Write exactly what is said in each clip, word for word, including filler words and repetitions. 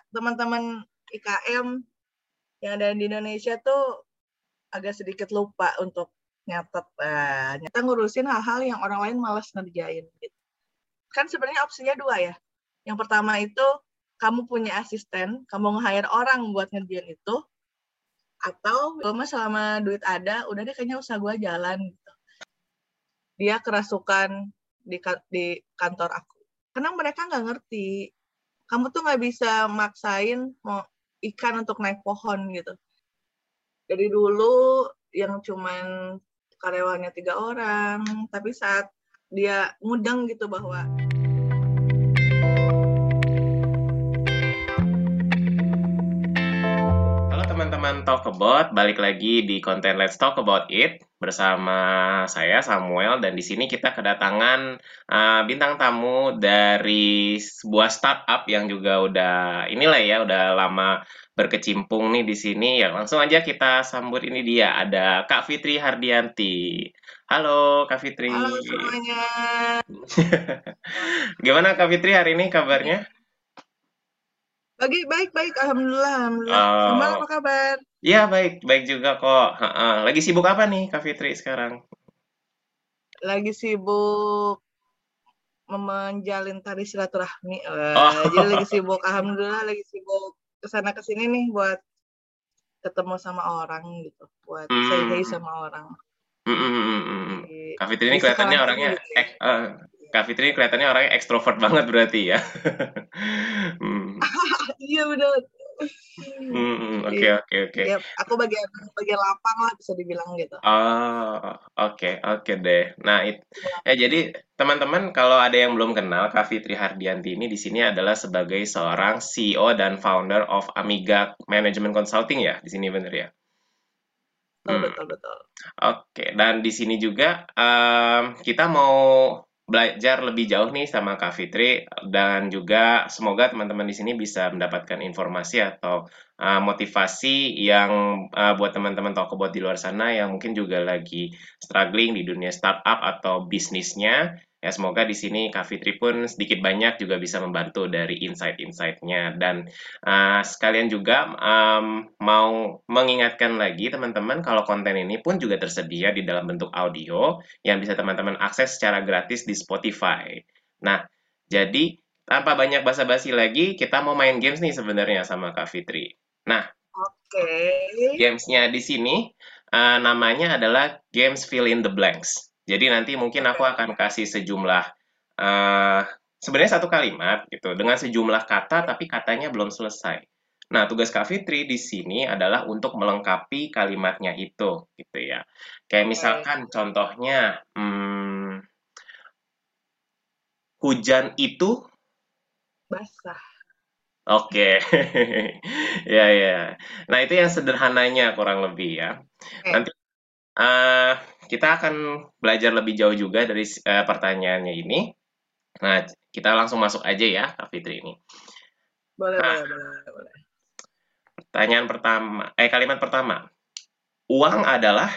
teman-teman I K M yang ada di Indonesia tuh agak sedikit lupa untuk nyatet, nah, nyata ngurusin hal-hal yang orang lain malas ngerjain gitu. Kan sebenarnya opsinya dua ya. Yang pertama itu kamu punya asisten, kamu nge-hire orang buat ngerjain itu, atau kalau selama duit ada, udah deh kayaknya usaha gue jalan gitu. Dia kerasukan di, di kantor aku. Karena mereka nggak ngerti. Kamu tuh nggak bisa maksain mau ikan untuk naik pohon gitu. Dari dulu yang cuman karyawannya tiga orang, tapi saat dia ngudeng gitu bahwa Halo teman-teman Talkabout, balik lagi di konten Let's Talk About It bersama saya Samuel, dan di sini kita kedatangan uh, bintang tamu dari sebuah startup yang juga udah inilah ya udah lama berkecimpung nih di sini. Ya langsung aja kita sambut, ini dia ada Kak Fitri Hardianti. Halo Kak Fitri. halo semuanya. Gimana Kak Fitri hari ini kabarnya? Bagi baik-baik, alhamdulillah, alhamdulillah. Samuel Oh, apa kabar? iya baik, baik juga kok. Heeh. Lagi sibuk apa nih Kak Fitri sekarang? Lagi sibuk menjalin tali silaturahmi. Uh, jadi lagi Oh. sibuk, alhamdulillah lagi sibuk kesana kesini nih buat ketemu sama orang gitu, buat say-hey Hmm. sama orang Mm, mm, mm, mm, mm. di, Kak Fitri ini di kelihatannya sekolah ini orangnya gitu ya. ek, eh, Kak Fitri ini kelihatannya orangnya ekstrovert banget berarti ya. Hmm. Iya benar. Hmm, hmm, Di, oke oke oke. ya aku bagian bagian lapang lah bisa dibilang gitu. Oh, oke oke deh. Nah, it, ya jadi teman-teman kalau ada yang belum kenal Kak Fitri Hardianti ini di sini adalah sebagai seorang C E O dan founder of Amiga Management Consulting ya, di sini bener ya. Betul Hmm. betul betul. Oke, dan di sini juga em, kita mau belajar lebih jauh nih sama Kak Fitri, dan juga semoga teman-teman di sini bisa mendapatkan informasi atau eh, motivasi yang eh, buat teman-teman Talkabout di luar sana yang mungkin juga lagi struggling di dunia startup atau bisnisnya. Ya, semoga di sini Kak Fitri pun sedikit banyak juga bisa membantu dari insight-insight-nya. Dan Uh, sekalian juga um, mau mengingatkan lagi teman-teman kalau konten ini pun juga tersedia di dalam bentuk audio yang bisa teman-teman akses secara gratis di Spotify. Nah, jadi tanpa banyak basa-basi lagi, kita mau main games nih sebenarnya sama Kak Fitri. Nah, Oke. gamesnya di sini uh, namanya adalah Games Fill in the Blanks. Jadi nanti mungkin Oke. aku akan kasih sejumlah uh, sebenarnya satu kalimat gitu dengan sejumlah kata tapi katanya belum selesai. Nah, tugas Kak Fitri di sini adalah untuk melengkapi kalimatnya itu gitu ya. Kayak Oke. misalkan contohnya hmm, hujan itu. Basah. Oke. Ya ya. Nah, itu yang sederhananya kurang lebih ya. Oke. Nanti eh, kita akan belajar lebih jauh juga dari eh, pertanyaannya ini. Nah, kita langsung masuk aja ya, Kak Fitri ini. Boleh Nah, boleh boleh boleh. pertanyaan pertama, eh kalimat pertama. Uang adalah.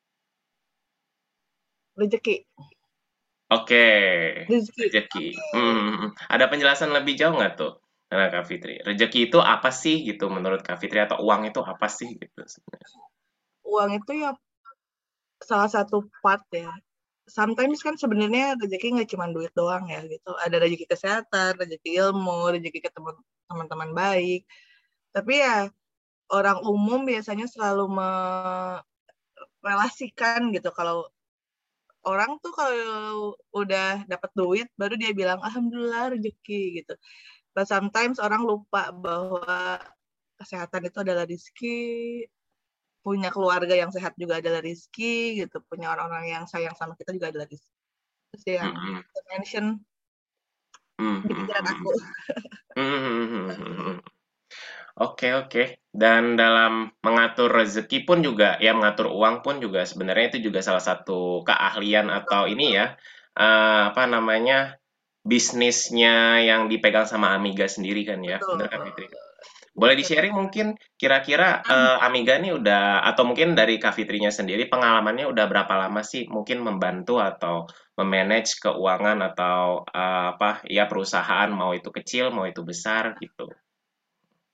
Rezeki. Oke, Rezeki. rezeki. Oke. Hmm, ada penjelasan lebih jauh nggak tuh, karena Kak Fitri? Rezeki itu apa sih gitu menurut Kak Fitri, atau uang itu apa sih gitu sebenarnya? Uang itu ya salah satu part ya. Sometimes kan sebenarnya rezeki nggak cuma duit doang ya gitu. Ada rezeki kesehatan, rezeki ilmu, rezeki ketemu teman-teman baik. Tapi ya orang umum biasanya selalu merelasikan gitu. Kalau orang tuh kalau udah dapat duit baru dia bilang alhamdulillah rezeki gitu. But sometimes orang lupa bahwa kesehatan itu adalah rezeki, punya keluarga yang sehat juga adalah rezeki gitu, punya orang-orang yang sayang sama kita juga adalah rezeki. Itu yang Mhm, mention mhm di mhm pikiran mhm. aku. Mhm mhm mhm mhm. Oke oke. Dan dalam mengatur rezeki pun juga, ya mengatur uang pun juga sebenarnya itu juga salah satu keahlian atau ini ya, eee, apa namanya, bisnisnya yang dipegang sama Amiga sendiri kan ya, Betul. bener kan Fitri? Boleh Betul. di-sharing mungkin kira-kira, eee, Amiga nih udah, atau mungkin dari Kak Fitrinya sendiri pengalamannya udah berapa lama sih mungkin membantu atau me-manage keuangan atau, eee, apa, ya perusahaan mau itu kecil mau itu besar gitu?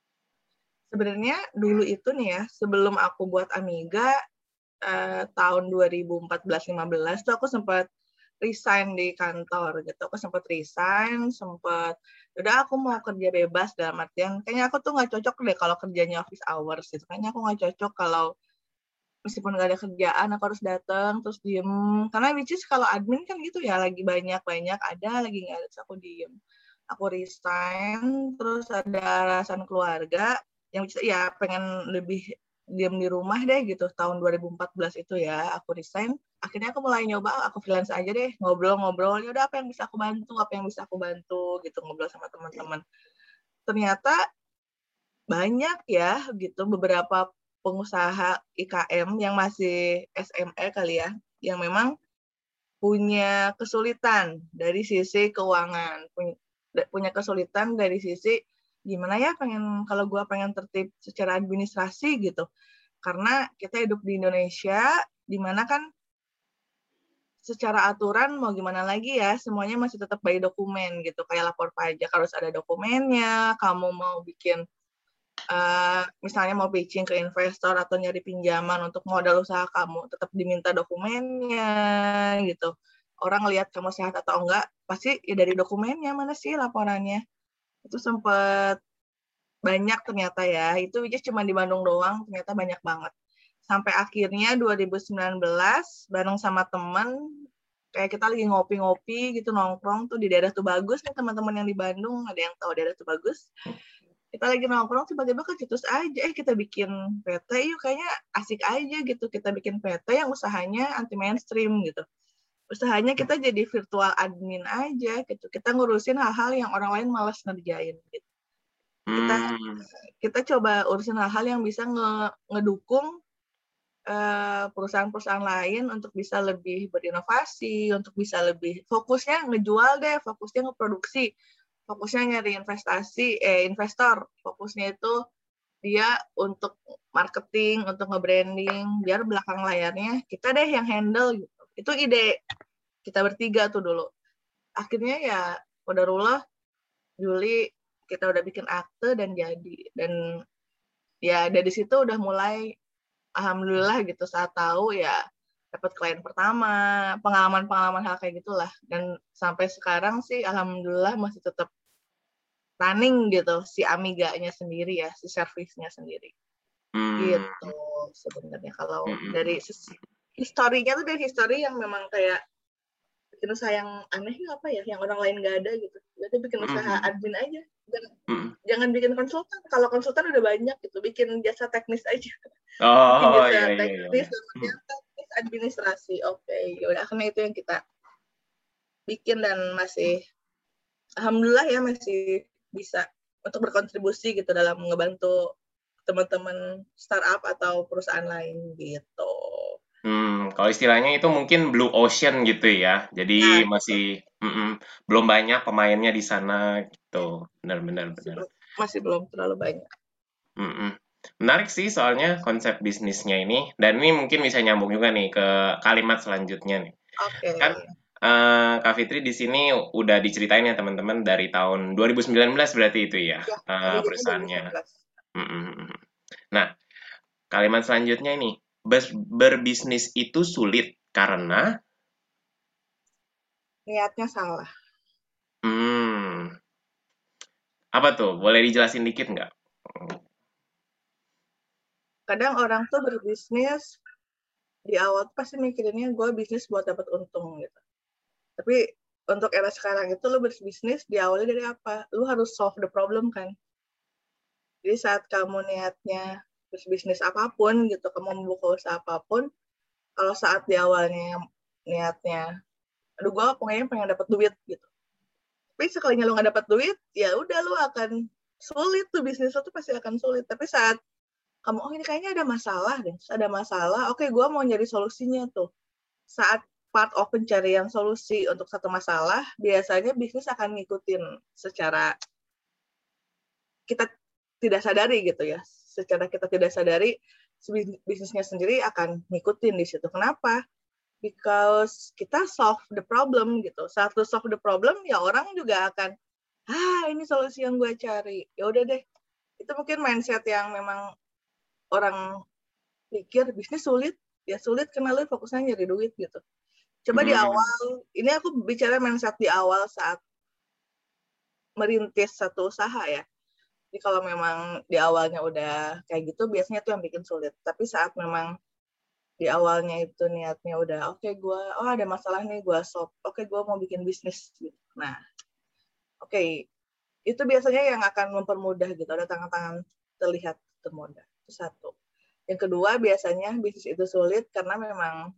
Sebenarnya dulu itu nih ya, sebelum aku buat Amiga, eh, tahun dua ribu empat belas lima belas tuh aku sempat resign di kantor gitu. Aku sempat resign, sempat udah aku mau kerja bebas dalam artian kayaknya aku tuh nggak cocok deh kalau kerjanya office hours gitu. Kayaknya aku nggak cocok kalau meskipun nggak ada kerjaan aku harus datang terus diem. Karena which is kalau admin kan gitu ya, lagi banyak-banyak ada, lagi nggak ada, terus aku diem. Aku resign, terus ada alasan keluarga yang ya pengen lebih diam di rumah deh gitu. Tahun dua ribu empat belas itu ya aku resign. Akhirnya aku mulai nyoba, aku freelance aja deh, ngobrol-ngobrol. Ya udah apa yang bisa aku bantu, apa yang bisa aku bantu gitu, ngobrol sama teman-teman. Ternyata banyak ya gitu beberapa pengusaha I K M yang masih S M E kali ya, yang memang punya kesulitan dari sisi keuangan, punya, punya kesulitan dari sisi gimana ya pengen kalau gue pengen tertib secara administrasi gitu, karena kita hidup di Indonesia di mana kan secara aturan mau gimana lagi ya semuanya masih tetap by dokumen gitu, kayak lapor pajak harus ada dokumennya, kamu mau bikin uh, misalnya mau pitching ke investor atau nyari pinjaman untuk modal usaha kamu tetap diminta dokumennya gitu. Orang lihat kamu sehat atau enggak pasti ya dari dokumennya, mana sih laporannya. Itu sempat banyak ternyata ya, itu just cuma di Bandung doang ternyata banyak banget. Sampai akhirnya dua ribu sembilan belas bareng sama temen, kayak kita lagi ngopi-ngopi gitu, nongkrong tuh di daerah Tubagus nih, teman-teman yang di Bandung ada yang tahu daerah Tubagus. Kita lagi nongkrong tiba-tiba kecetus aja, eh kita bikin P T yuk, kayaknya asik aja gitu, kita bikin P T yang usahanya anti mainstream gitu, usahanya kita jadi virtual admin aja gitu, kita ngurusin hal-hal yang orang lain malas ngerjain gitu. Kita Hmm. kita coba urusin hal-hal yang bisa nge, ngedukung uh, perusahaan-perusahaan lain untuk bisa lebih berinovasi, untuk bisa lebih fokusnya ngejual deh, fokusnya ngeproduksi, fokusnya nyari investasi, eh investor, fokusnya itu dia untuk marketing, untuk nge-branding, biar belakang layarnya kita deh yang handle gitu. Itu ide kita bertiga tuh dulu. Akhirnya ya qadarullah Juli kita udah bikin akte dan jadi. Dan ya dari situ udah mulai alhamdulillah gitu, saat tahu ya dapat klien pertama, pengalaman-pengalaman hal kayak gitulah. Dan sampai sekarang sih alhamdulillah masih tetap running gitu si Amiganya sendiri ya, si servisnya sendiri. Hmm. Gitu sebenarnya kalau Hmm. dari historinya tuh dari histori yang memang kayak bikin usaha yang aneh apa ya, yang orang lain nggak ada gitu. Jadi bikin usaha Hmm. admin aja. Jangan, Hmm. jangan bikin konsultan. Kalau konsultan udah banyak gitu, bikin jasa teknis aja. Oh, Bikin jasa iya, iya, teknis, iya. Hmm. teknis administrasi. Oke, okay. Yaudah karena itu yang kita bikin dan masih alhamdulillah ya masih bisa untuk berkontribusi gitu dalam ngebantu teman-teman startup atau perusahaan lain gitu. Hmm, kalau istilahnya itu mungkin blue ocean gitu ya. Jadi Nah, masih mm-mm, belum banyak pemainnya di sana gitu. Benar-benar masih benar. belum, masih belum terlalu banyak. Mm-mm. Menarik sih soalnya konsep bisnisnya ini. Dan ini mungkin bisa nyambung juga nih ke kalimat selanjutnya nih. Oke. Kan eh, Kak Fitri di sini udah diceritain ya teman-teman dari tahun dua ribu sembilan belas berarti itu ya Ya, eh, Amiganya perusahaannya. dua ribu sembilan belas. Mm-mm. Nah, kalimat selanjutnya ini, bers- berbisnis itu sulit karena Niatnya salah. hmm, apa tuh? Boleh dijelasin dikit nggak? Kadang orang tuh berbisnis di awal tuh pasti mikirinnya gue bisnis buat dapat untung gitu. Tapi untuk era sekarang itu lo berbisnis diawali dari apa? Lo harus solve the problem kan. Jadi saat kamu niatnya berbisnis apapun gitu, kamu membuka usaha apapun, kalau saat di awalnya niatnya, aduh gue pokoknya pengen dapat duit gitu. Tapi sekalinya lo nggak dapat duit, ya udah lo akan sulit tuh, bisnis lo tuh pasti akan sulit. Tapi saat kamu, oh ini kayaknya ada masalah deh, ada masalah, oke gue mau nyari solusinya tuh. Saat part of pencarian solusi untuk satu masalah, biasanya bisnis akan ngikutin secara kita tidak sadari gitu ya. Secara kita tidak sadari, bisnisnya sendiri akan ngikutin di situ. Kenapa? Because kita solve the problem gitu. Saat lu solve the problem, ya orang juga akan, ah ini solusi yang gue cari. Ya udah deh, Itu mungkin mindset yang memang orang pikir bisnis sulit, ya sulit karena lu fokusnya nyari duit gitu. Coba di Hmm. awal, ini aku bicara mindset di awal saat merintis satu usaha ya. Jadi kalau memang di awalnya udah kayak gitu, biasanya itu yang bikin sulit. Tapi saat memang di awalnya itu niatnya udah, oke okay, gue, oh ada masalah nih, gue solve. Oke, okay, gue mau bikin bisnis. Gitu. Nah, oke, okay, itu biasanya yang akan mempermudah gitu. Ada tangan-tangan terlihat termudah. Itu satu. Yang kedua, biasanya bisnis itu sulit karena memang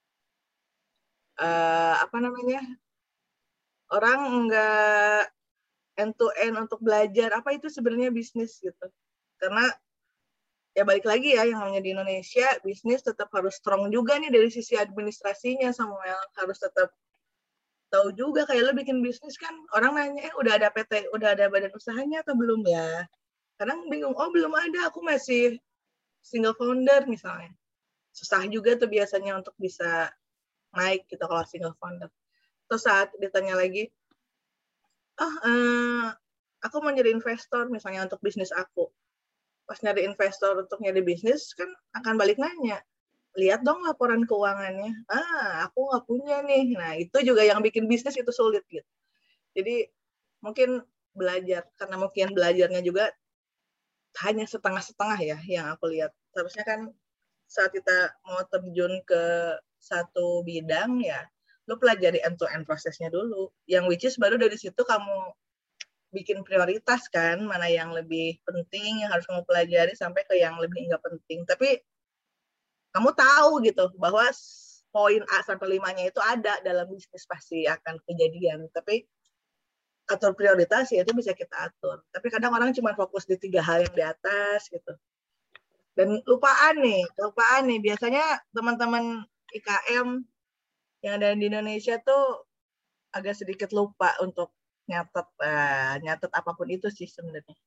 uh, apa namanya, orang nggak end to end untuk belajar apa itu sebenarnya bisnis gitu. Karena ya balik lagi ya, yang namanya di Indonesia, bisnis tetap harus strong juga nih dari sisi administrasinya, Samuel. Harus tetap tahu juga, kayak lo bikin bisnis kan, orang nanya, eh udah ada P T, udah ada badan usahanya atau belum ya? Kadang bingung, oh belum ada, aku masih single founder misalnya. Susah juga tuh biasanya untuk bisa naik gitu kalau single founder. Terus saat ditanya lagi, oh eh, aku mau jadi investor misalnya untuk bisnis aku. Pas nyari investor untuk nyari bisnis kan akan balik nanya, lihat dong laporan keuangannya. Ah, aku nggak punya nih. Nah, itu juga yang bikin bisnis itu sulit gitu. Jadi mungkin belajar, karena mungkin belajarnya juga hanya setengah-setengah ya yang aku lihat. Seharusnya kan saat kita mau terjun ke satu bidang ya, lo pelajari end-to-end prosesnya dulu. Yang which is baru dari situ kamu bikin prioritas kan, mana yang lebih penting, yang harus kamu pelajari sampai ke yang lebih nggak penting. Tapi kamu tahu gitu bahwa poin A sampai lima-nya itu ada dalam bisnis, pasti akan kejadian. Tapi atur prioritas ya itu bisa kita atur. Tapi kadang orang cuma fokus di tiga hal yang di atas gitu. Dan lupaan nih, lupaan nih. Biasanya teman-teman I K M yang ada di Indonesia tuh agak sedikit lupa untuk nyatet, uh, nyatet apapun itu sih sebenarnya.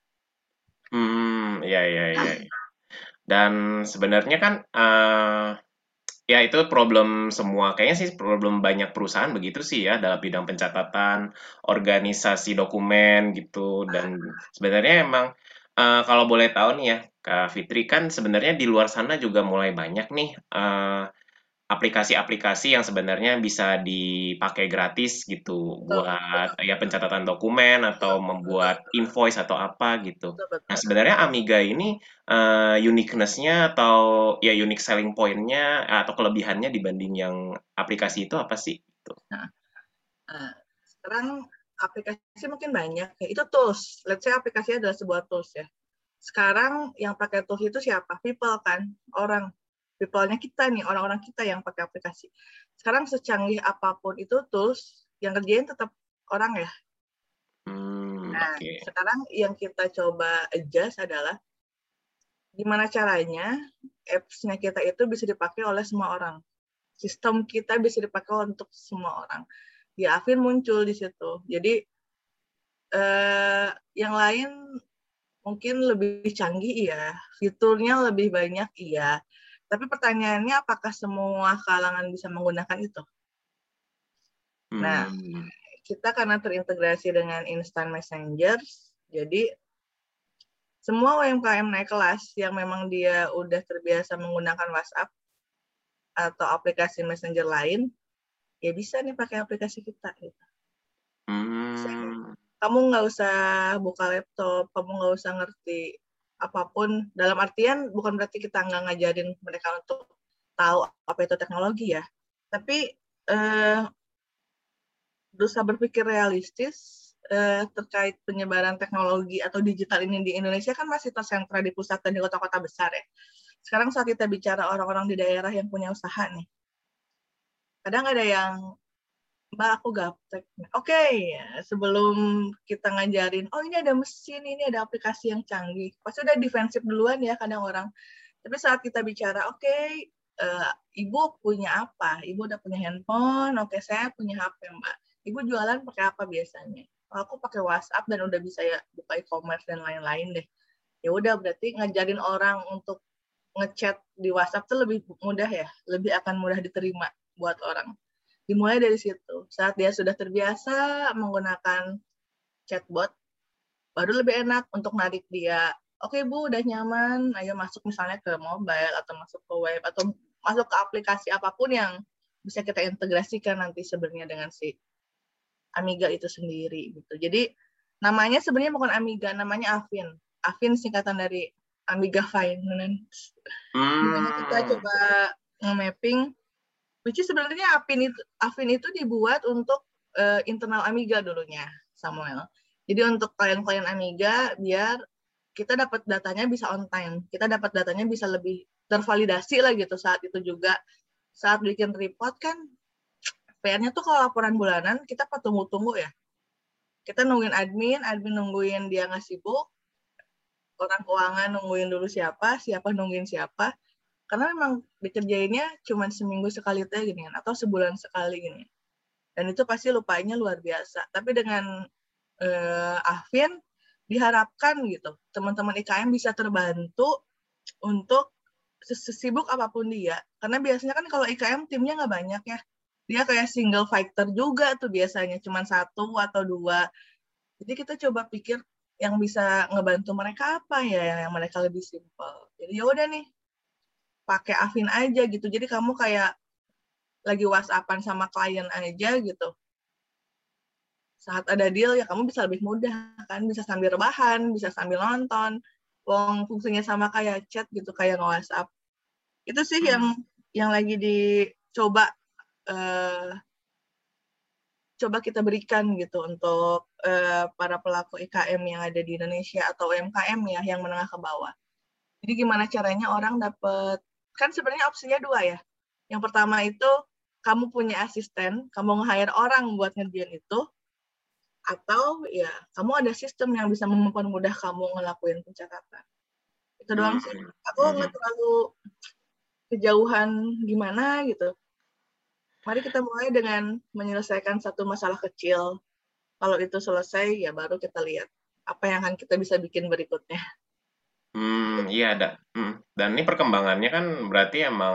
Hmm, ya, ya, ya. Dan sebenarnya kan, uh, ya itu problem semua, kayaknya sih problem banyak perusahaan begitu sih ya, dalam bidang pencatatan, organisasi dokumen gitu. Dan sebenarnya emang, uh, kalau boleh tahu nih ya, Kak Fitri, kan sebenarnya di luar sana juga mulai banyak nih, uh, aplikasi-aplikasi yang sebenarnya bisa dipakai gratis gitu Betul, buat betul, ya pencatatan dokumen atau betul, betul, membuat invoice atau apa gitu. betul, Nah, betul. sebenarnya Amiga ini eh, uniqueness-nya atau ya unique selling point-nya atau kelebihannya dibanding yang aplikasi itu apa sih? Gitu. Nah, nah, sekarang aplikasi mungkin banyak. Ya, itu tools. Let's say aplikasi adalah sebuah tools ya. Sekarang yang pakai tools itu siapa? People kan, orang. People-nya kita nih, orang-orang kita yang pakai aplikasi. Sekarang secanggih apapun itu tools, yang kerjain tetap orang ya. Hmm, Nah, oke. sekarang yang kita coba adjust adalah gimana caranya apps-nya kita itu bisa dipakai oleh semua orang. Sistem kita bisa dipakai untuk semua orang. Ya, Afin muncul di situ. Jadi, eh, yang lain mungkin lebih canggih iya, fiturnya lebih banyak iya. Tapi pertanyaannya apakah semua kalangan bisa menggunakan itu? Nah, Hmm, kita karena terintegrasi dengan instant messenger, jadi semua U M K M naik kelas yang memang dia udah terbiasa menggunakan WhatsApp atau aplikasi messenger lain, ya bisa nih pakai aplikasi kita. Gitu. hmm, Kamu nggak usah buka laptop, kamu nggak usah ngerti apapun. Dalam artian bukan berarti kita nggak ngajarin mereka untuk tahu apa itu teknologi ya. Tapi eh, berusaha berpikir realistis eh, terkait penyebaran teknologi atau digital ini di Indonesia kan masih tersentra di pusat dan di kota-kota besar ya. Sekarang saat kita bicara orang-orang di daerah yang punya usaha nih, kadang ada yang, Mbak, aku gaptek. Oke, okay, sebelum kita ngajarin, oh ini ada mesin, ini ada aplikasi yang canggih. Pasti udah defensif duluan ya kadang orang. Tapi saat kita bicara, oke, okay, uh, Ibu punya apa? Ibu udah punya handphone, oke okay, saya punya H P, Mbak. Ibu jualan pakai apa biasanya? Oh, aku pakai WhatsApp dan udah bisa ya buka e-commerce dan lain-lain deh. Ya udah, berarti ngajarin orang untuk ngechat di WhatsApp tuh lebih mudah ya, lebih akan mudah diterima buat orang. Dimulai dari situ. Saat dia sudah terbiasa menggunakan chatbot, baru lebih enak untuk narik dia. Oke Bu, udah nyaman, ayo masuk misalnya ke mobile atau masuk ke web atau masuk ke aplikasi apapun yang bisa kita integrasikan nanti sebenarnya dengan si Amiga itu sendiri gitu. Jadi namanya sebenarnya bukan Amiga, namanya Afin. Afin singkatan dari Amiga Finance. Dimana kita Hmm. coba nge-mapping, which is sebenarnya Afin itu, Afin itu dibuat untuk uh, internal Amiga dulunya, Samuel. Jadi untuk klien-klien Amiga, biar kita dapat datanya bisa on time. Kita dapat datanya bisa lebih tervalidasi lah gitu saat itu juga. Saat bikin report kan, P R-nya tuh kalau laporan bulanan, kita tunggu-tunggu ya. Kita nungguin admin, admin nungguin dia ngasih book, orang keuangan nungguin dulu siapa, siapa nungguin siapa. Karena memang dikerjainnya cuma seminggu sekali teh gini kan, atau sebulan sekali gini. Dan itu pasti lupanya luar biasa. Tapi dengan eh, Afin, diharapkan gitu, teman-teman I K M bisa terbantu untuk sesibuk apapun dia. Karena biasanya kan kalau I K M timnya nggak banyak ya. Dia kayak single fighter juga tuh biasanya, cuma satu atau dua. Jadi kita coba pikir yang bisa ngebantu mereka apa ya, yang mereka lebih simple. Jadi ya udah nih, pakai Afin aja gitu. Jadi kamu kayak lagi WhatsApp-an sama klien aja gitu. Saat ada deal ya kamu bisa lebih mudah kan, bisa sambil rebahan, bisa sambil nonton. Wong fungsinya sama kayak chat gitu, kayak nge-WhatsApp. Itu sih Hmm. yang yang lagi dicoba uh, coba kita berikan gitu untuk uh, para pelaku I K M yang ada di Indonesia atau U M K M ya yang menengah ke bawah. Jadi gimana caranya orang dapat, kan sebenarnya opsinya dua ya. Yang pertama itu kamu punya asisten, kamu nge-hire orang buat ngerjain itu, atau ya kamu ada sistem yang bisa mempermudah kamu ngelakuin pencatatan. Itu doang sih. Aku nggak terlalu kejauhan gimana gitu. Mari kita mulai dengan menyelesaikan satu masalah kecil. Kalau itu selesai, ya baru kita lihat apa yang akan kita bisa bikin berikutnya. Hmm, iya ada. Hmm. Dan ini perkembangannya kan berarti emang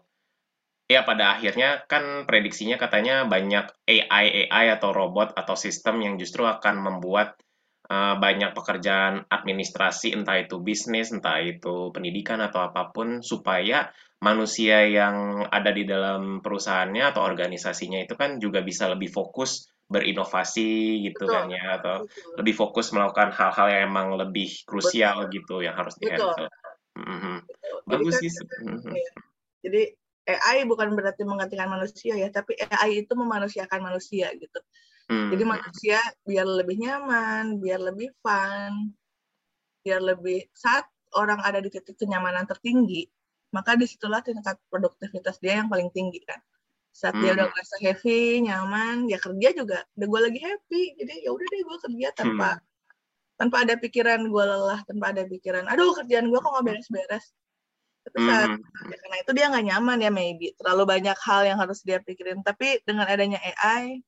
ya pada akhirnya kan prediksinya katanya banyak A I A I atau robot atau sistem yang justru akan membuat uh, banyak pekerjaan administrasi, entah itu bisnis, entah itu pendidikan atau apapun, supaya manusia yang ada di dalam perusahaannya atau organisasinya itu kan juga bisa lebih fokus berinovasi gitu Betul, kan ya, atau betul, lebih fokus melakukan hal-hal yang emang lebih betul, krusial gitu yang harus betul. di-handle. Mhm. betul. Jadi Bagus kan, sih. Mhm. ya, jadi A I bukan berarti menggantikan manusia ya, tapi A I itu memanusiakan manusia gitu. Jadi Mhm. manusia biar lebih nyaman, biar lebih fun, biar lebih saat orang ada di titik kenyamanan tertinggi, maka disitulah tingkat produktivitas dia yang paling tinggi kan. Saat dia udah Mhm. merasa happy, nyaman, ya kerja juga udah gue lagi happy, jadi ya udah deh gue kerja tanpa Hmm. tanpa ada pikiran gue lelah, tanpa ada pikiran, aduh kerjaan gue kok nggak beres-beres. Tapi saat Mhm. ya karena itu dia nggak nyaman ya maybe terlalu banyak hal yang harus dia pikirin. Tapi dengan adanya A I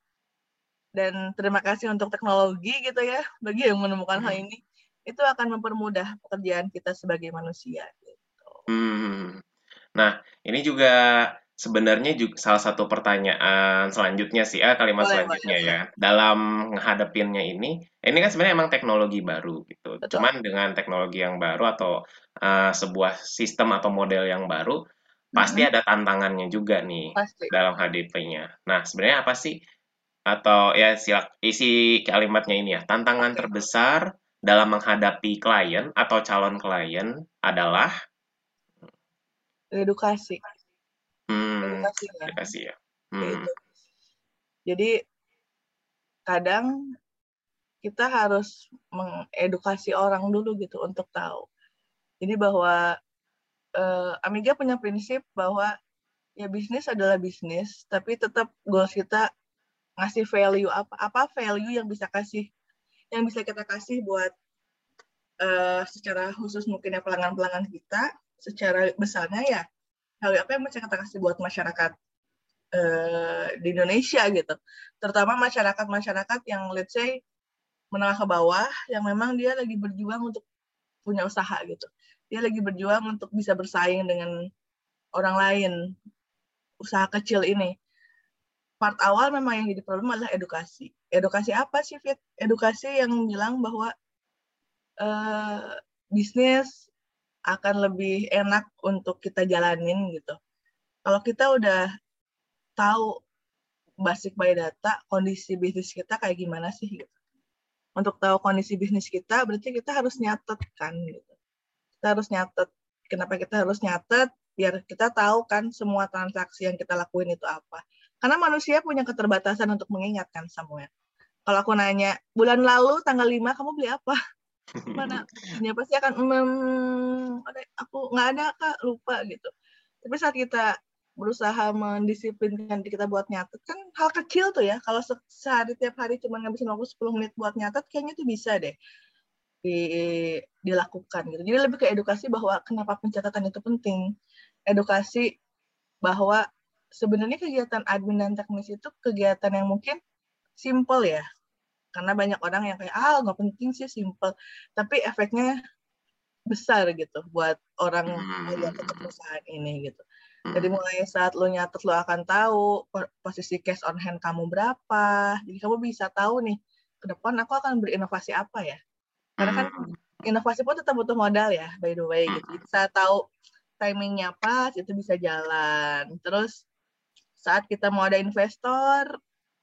dan terima kasih untuk teknologi gitu ya bagi yang menemukan hal ini, itu akan mempermudah pekerjaan kita sebagai manusia. Gitu. Hmm. Nah, ini juga sebenarnya juga salah satu pertanyaan selanjutnya sih, ah, kalimat Boleh, boleh, selanjutnya boleh. ya. Dalam menghadapinnya ini, ini kan sebenarnya emang teknologi baru gitu. Betul. Cuman dengan teknologi yang baru atau uh, sebuah sistem atau model yang baru, pasti Mm-hmm. ada tantangannya juga nih Pasti. dalam H D P-nya. Nah, sebenarnya apa sih? Atau ya silak, isi kalimatnya ini ya, tantangan Oke. terbesar dalam menghadapi klien atau calon klien adalah Edukasi. hmm, Edukasi ya. aplikasi ya. Hmm. Itu. Jadi kadang kita harus mengedukasi orang dulu gitu untuk tahu. Jadi bahwa uh, Amiga punya prinsip bahwa ya bisnis adalah bisnis, tapi tetap goals kita ngasih value apa apa value yang bisa kasih yang bisa kita kasih buat uh, secara khusus mungkin ya pelanggan-pelanggan kita, secara besarnya ya value apa yang bisa kita kasih buat masyarakat uh, di Indonesia gitu, terutama masyarakat-masyarakat yang let's say menengah ke bawah yang memang dia lagi berjuang untuk punya usaha gitu, dia lagi berjuang untuk bisa bersaing dengan orang lain usaha kecil ini. Part awal memang yang jadi problem adalah edukasi. Edukasi apa sih, Fit? Edukasi yang bilang bahwa uh, bisnis akan lebih enak untuk kita jalanin gitu. Kalau kita udah tahu basic by data, kondisi bisnis kita kayak gimana sih gitu. Untuk tahu kondisi bisnis kita, berarti kita harus nyatet kan gitu. Kita harus nyatet. Kenapa kita harus nyatet? Biar kita tahu kan semua transaksi yang kita lakuin itu apa. Karena manusia punya keterbatasan untuk mengingatkan Samuel. Kalau aku nanya, bulan lalu tanggal lima kamu beli apa? Mana? Dia pasti akan, mmm, aku nggak ada Kak, lupa gitu. Tapi saat kita berusaha mendisiplinkan diri kita buat nyatet, kan hal kecil tuh ya, kalau se sehari tiap hari cuma ngabisin waktu sepuluh menit buat nyatet, kayaknya tuh bisa deh di dilakukan gitu. Jadi lebih ke edukasi bahwa kenapa pencatatan itu penting. Edukasi bahwa sebenarnya kegiatan admin dan teknis itu kegiatan yang mungkin simple ya, karena banyak orang yang kayak, ah nggak penting sih, simple. Tapi efeknya besar gitu buat orang yang ke perusahaan ini gitu. Jadi mulai saat lo nyatet, lo akan tahu posisi cash on hand kamu berapa. Jadi kamu bisa tahu nih, ke depan aku akan berinovasi apa ya. Karena kan inovasi pun tetap butuh modal ya, by the way. Gitu. Jadi saat tahu timingnya pas, itu bisa jalan. Terus saat kita mau ada investor,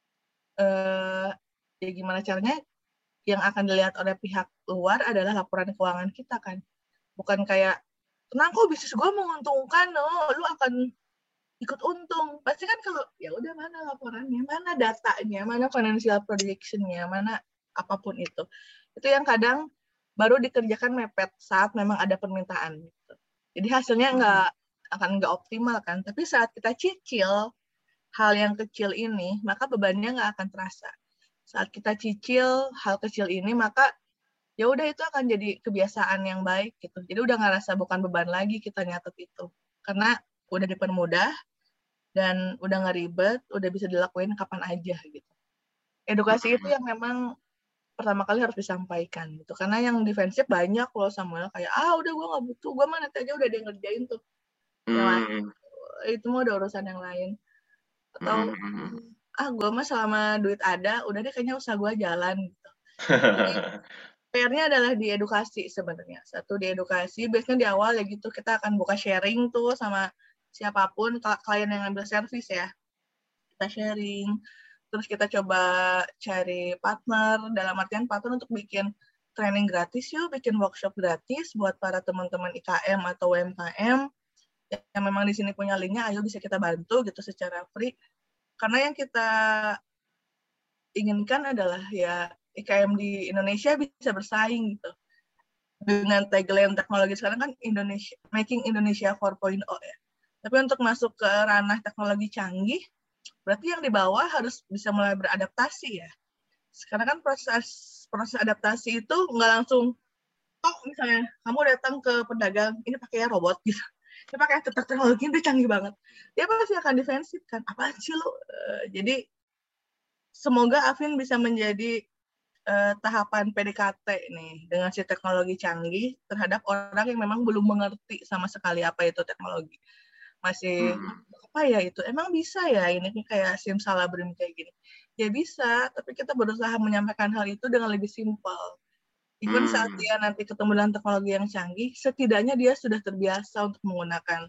eh, ya gimana caranya, yang akan dilihat oleh pihak luar adalah laporan keuangan kita kan. Bukan kayak, tenang kok bisnis gue menguntungkan, oh, lu akan ikut untung. Pasti kan kalau, ya udah mana laporannya, mana datanya, mana financial projection-nya, mana apapun itu. Itu yang kadang baru dikerjakan mepet saat memang ada permintaan. Gitu. Jadi hasilnya nggak akan nggak optimal kan. Tapi saat kita cicil hal yang kecil ini, maka bebannya nggak akan terasa. Saat kita cicil hal kecil ini, maka ya udah itu akan jadi kebiasaan yang baik gitu. Jadi udah ngerasa bukan beban lagi kita nyatet itu. Karena udah dipermudah dan udah nggak ribet, udah bisa dilakuin kapan aja gitu. Edukasi itu yang memang pertama kali harus disampaikan gitu. Karena yang defensif banyak loh Samuel, kayak ah udah gue nggak butuh, gue mah nanti aja udah dia ngerjain tuh. Yang lain, itu mah udah urusan yang lain. Atau ah gue mah selama duit ada, udah deh kayaknya usaha gue jalan gitu. Jadi P R-nya adalah di edukasi sebenarnya. Satu di edukasi, biasanya di awal ya gitu kita akan buka sharing tuh sama siapapun, klien yang ngambil servis ya. Kita sharing, terus kita coba cari partner, dalam artian partner untuk bikin training gratis yuk, bikin workshop gratis buat para teman-teman I K M atau U M K M yang memang di sini punya linknya, ayo bisa kita bantu gitu secara free. Karena yang kita inginkan adalah ya I K M di Indonesia bisa bersaing gitu. Dengan tagline teknologi sekarang kan Indonesia, Making Indonesia empat titik nol ya. Tapi untuk masuk ke ranah teknologi canggih, berarti yang di bawah harus bisa mulai beradaptasi ya. Sekarang kan proses proses adaptasi itu nggak langsung, oh misalnya kamu datang ke pedagang, ini pakai robot gitu. Ini pakai teknologi, ini canggih banget. Dia pasti akan defensif kan, apaan sih lu? Uh, jadi semoga Afin bisa menjadi uh, tahapan P D K T nih dengan si teknologi canggih terhadap orang yang memang belum mengerti sama sekali apa itu teknologi. Masih hmm. apa ya itu? Emang bisa ya ini kayak simsalabim kayak gini? Ya bisa, tapi kita berusaha menyampaikan hal itu dengan lebih simpel. Even hmm. saat dia nanti ketemu dengan teknologi yang canggih, setidaknya dia sudah terbiasa untuk menggunakan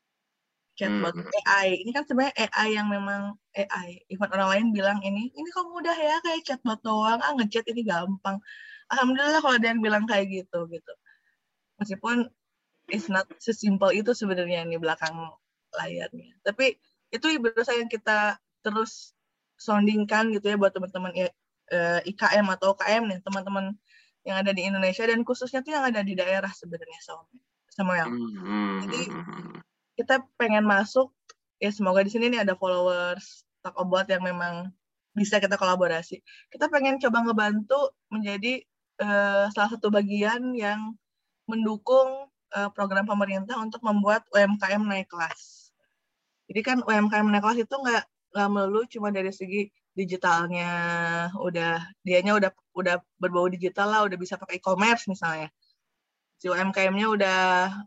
chatbot hmm. A I. Ini kan sebenarnya A I yang memang A I. Even orang lain bilang ini, ini kok mudah ya kayak chatbot doang, ah ngechat ini gampang. Alhamdulillah kalau ada yang bilang kayak gitu gitu. Meskipun it's not sesimpel itu sebenarnya ini belakang layarnya. Tapi itu berusaha yang kita terus soundingkan gitu ya buat teman-teman I K M atau U K M nih, teman-teman yang ada di Indonesia dan khususnya tuh yang ada di daerah sebenarnya Samuel. Jadi kita pengen masuk, ya semoga di sini nih ada followers Talk About yang memang bisa kita kolaborasi. Kita pengen coba ngebantu menjadi uh, salah satu bagian yang mendukung uh, program pemerintah untuk membuat U M K M naik kelas. Jadi kan U M K M naik kelas itu nggak nggak melulu cuma dari segi digitalnya, udah dianya udah udah berbau digital lah, udah bisa pakai e-commerce misalnya. Si U M K M-nya udah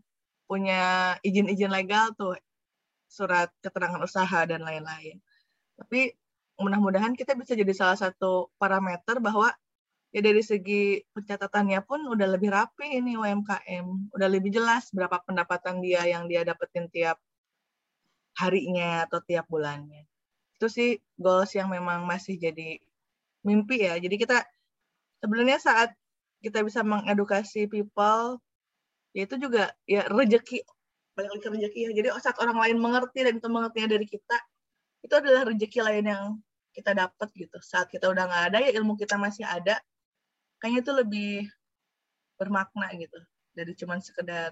punya izin-izin legal tuh, surat keterangan usaha dan lain-lain. Tapi mudah-mudahan kita bisa jadi salah satu parameter bahwa Ya dari segi pencatatannya pun udah lebih rapi ini U M K M, udah lebih jelas berapa pendapatan dia yang dia dapetin tiap harinya atau tiap bulannya. Itu sih goals yang memang masih jadi mimpi ya. Jadi kita sebenarnya saat kita bisa mengedukasi people, ya itu juga ya rezeki, balik lagi ke rezeki ya. Jadi saat orang lain mengerti dan itu mengertinya dari kita, itu adalah rezeki lain yang kita dapat gitu. Saat kita udah nggak ada, ya ilmu kita masih ada, kayaknya itu lebih bermakna gitu dari cuman sekedar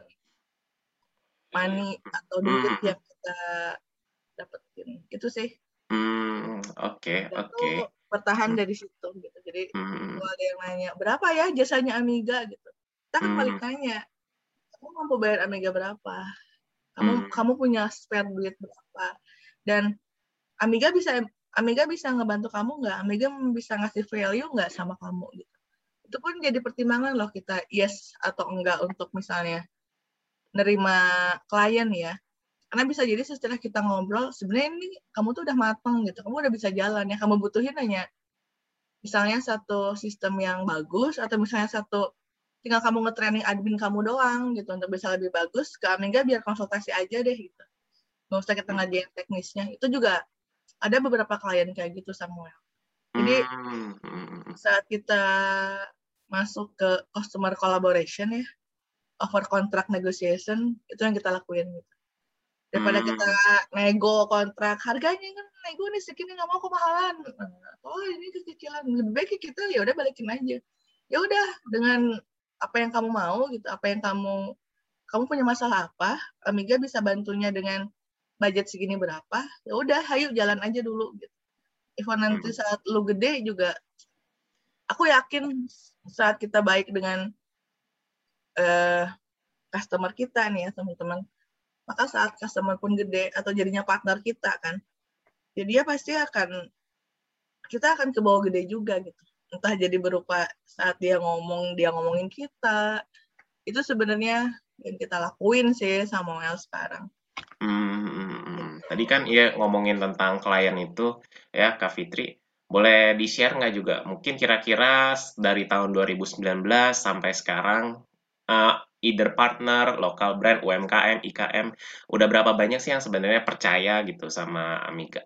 money atau duit Hmm, yang kita dapetin. Itu sih. hmm, oke, Dan oke. tuh bertahan Hmm, dari situ gitu. Jadi hmm, kalau ada yang nanya, berapa ya jasanya Amiga gitu. Kita kan balik hmm, tanya, kamu mampu bayar Amiga berapa? Kamu hmm, kamu punya spare duit berapa? Dan Amiga bisa Amiga bisa ngebantu kamu nggak? Amiga bisa ngasih value nggak sama kamu gitu. Itu pun jadi pertimbangan loh kita yes atau enggak untuk misalnya nerima klien ya. Karena bisa jadi setelah kita ngobrol, sebenarnya ini kamu tuh udah mateng gitu, kamu udah bisa jalan ya, kamu butuhin hanya misalnya satu sistem yang bagus atau misalnya satu tinggal kamu nge-training admin kamu doang gitu untuk bisa lebih bagus ke Amiga biar konsultasi aja deh gitu. Nggak usah kita ngajarin teknisnya. Itu juga ada beberapa klien kayak gitu Samuel. Jadi hmm, hmm, saat kita masuk ke customer collaboration ya, over contract negotiation, itu yang kita lakuin gitu. Daripada kita hmm, nego kontrak, harganya kan nego nih segini nggak mau kemahalan. Oh ini kecicilan, lebih baik kita ya udah balikin aja. Ya udah dengan apa yang kamu mau gitu, apa yang kamu kamu punya masalah apa, Amiga bisa bantunya dengan budget segini berapa, ya udah hayu jalan aja dulu gitu. Even nanti hmm, saat lu gede juga, aku yakin saat kita baik dengan uh, customer kita nih ya teman-teman, maka saat customer pun gede atau jadinya partner kita kan, jadi dia pasti akan, kita akan ke bawah gede juga gitu. Entah jadi berupa saat dia ngomong, dia ngomongin kita, itu sebenarnya yang kita lakuin sih Samuel sekarang. hmm, hmm, hmm. Gitu. Tadi kan ya ngomongin tentang klien itu ya Kak Fitri, boleh di-share nggak juga mungkin kira-kira dari tahun dua ribu sembilan belas sampai sekarang uh, either partner, local brand, U M K M, I K M, udah berapa banyak sih yang sebenarnya percaya gitu sama Amiga?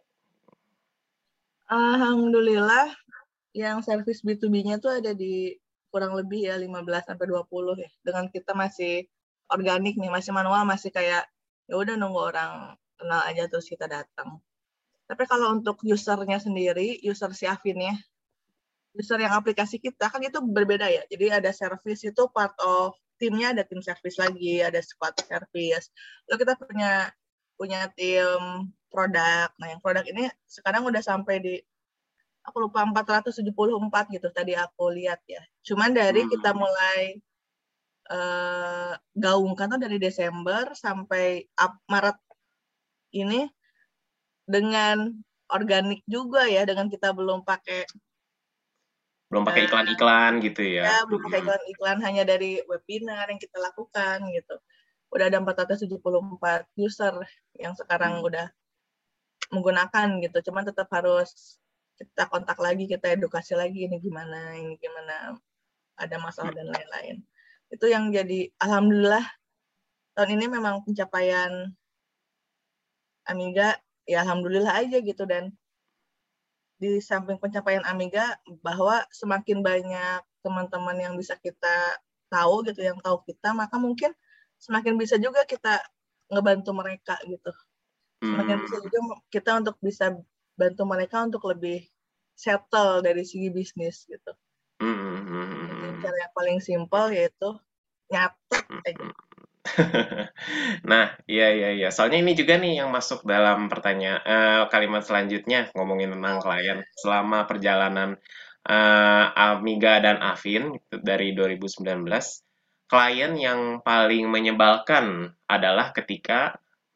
Alhamdulillah yang service B to B-nya tuh ada di kurang lebih ya lima belas sampai dua puluh ya. Dengan kita masih organik nih, masih manual, masih kayak ya udah nunggu orang kenal aja terus kita datang. Tapi kalau untuk usernya sendiri, user si Avinnya, user yang aplikasi kita kan itu berbeda ya. Jadi ada service itu part of timnya, ada tim service lagi, ada squad service. Lalu kita punya punya tim produk. Nah, yang produk ini sekarang udah sampai di aku lupa empat ratus tujuh puluh empat gitu tadi aku lihat ya. Cuman dari kita Hmm, mulai uh, gaungkan tuh dari Desember sampai Maret ini dengan organik juga ya, dengan kita belum pakai belum pakai uh, iklan-iklan gitu ya. ya belum pakai Hmm, iklan-iklan, hanya dari webinar yang kita lakukan gitu. Udah ada empat ratus tujuh puluh empat user yang sekarang hmm, udah menggunakan gitu. Cuman tetap harus kita kontak lagi, kita edukasi lagi ini gimana, ini gimana, ada masalah dan lain-lain. Itu yang jadi alhamdulillah tahun ini memang pencapaian Amiga ya alhamdulillah aja gitu. Dan di samping pencapaian Amiga, bahwa semakin banyak teman-teman yang bisa kita tahu gitu, yang tahu kita, maka mungkin semakin bisa juga kita ngebantu mereka gitu. Semakin bisa hmm, juga kita untuk bisa bantu mereka untuk lebih settle dari segi bisnis gitu. hmm, hmm, hmm, Dengan hmm. cara yang paling simpel yaitu nyatet aja. Nah, iya iya iya. Soalnya ini juga nih yang masuk dalam pertanyaan eh, kalimat selanjutnya ngomongin tentang klien. Selama perjalanan eh, Amiga dan Avin gitu, dari dua ribu sembilan belas, klien yang paling menyebalkan adalah ketika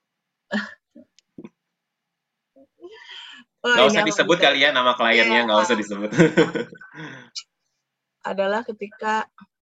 Oh nggak ini usah aku disebut bisa. kali ya nama kliennya, Ya, nggak usah disebut. adalah ketika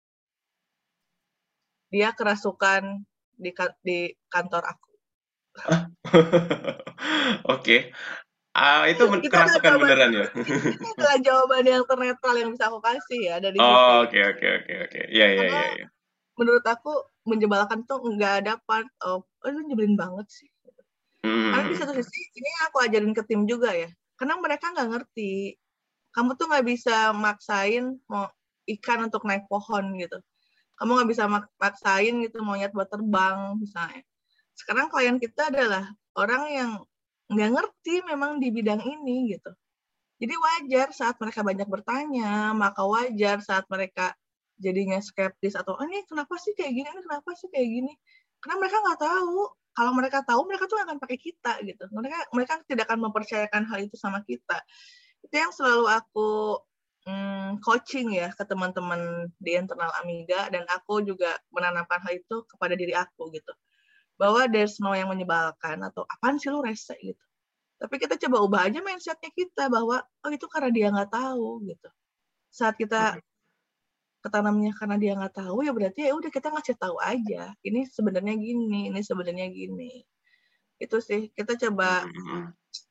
dia kerasukan di di kantor aku. Oke. Ah, itu men- Itu adalah kerasukan jawaban beneran ya? itu adalah jawaban yang ternetral yang bisa aku kasih ya dari Oh, sisi oke oke oke oke. Iya iya karena iya iya. menurut aku menyebalkan tuh nggak ada part of oh itu nyebelin banget sih. Karena di Hmm. satu sisi ini aku ajarin ke tim juga ya. Karena mereka nggak ngerti. Kamu tuh nggak bisa maksain mau ikan untuk naik pohon gitu. Kamu nggak bisa maksain gitu monyet buat terbang misalnya. Sekarang klien kita adalah orang yang nggak ngerti memang di bidang ini gitu. Jadi wajar saat mereka banyak bertanya, maka wajar saat mereka jadinya skeptis atau oh, ini kenapa sih kayak gini, ini kenapa sih kayak gini. Karena mereka nggak tahu. Kalau mereka tahu, mereka tuh akan pakai kita gitu. Mereka mereka tidak akan mempercayakan hal itu sama kita. Itu yang selalu aku hmm, coaching ya ke teman-teman di internal Amiga dan aku juga menanamkan hal itu kepada diri aku gitu. Bahwa there's no yang menyebalkan atau apaan sih lu rese gitu. Tapi kita coba ubah aja mindset-nya kita bahwa oh itu karena dia nggak tahu gitu. Saat kita ketanamnya karena dia nggak tahu ya berarti ya udah kita ngasih tahu aja. Ini sebenarnya gini, ini sebenarnya gini. Itu sih kita coba Hmm.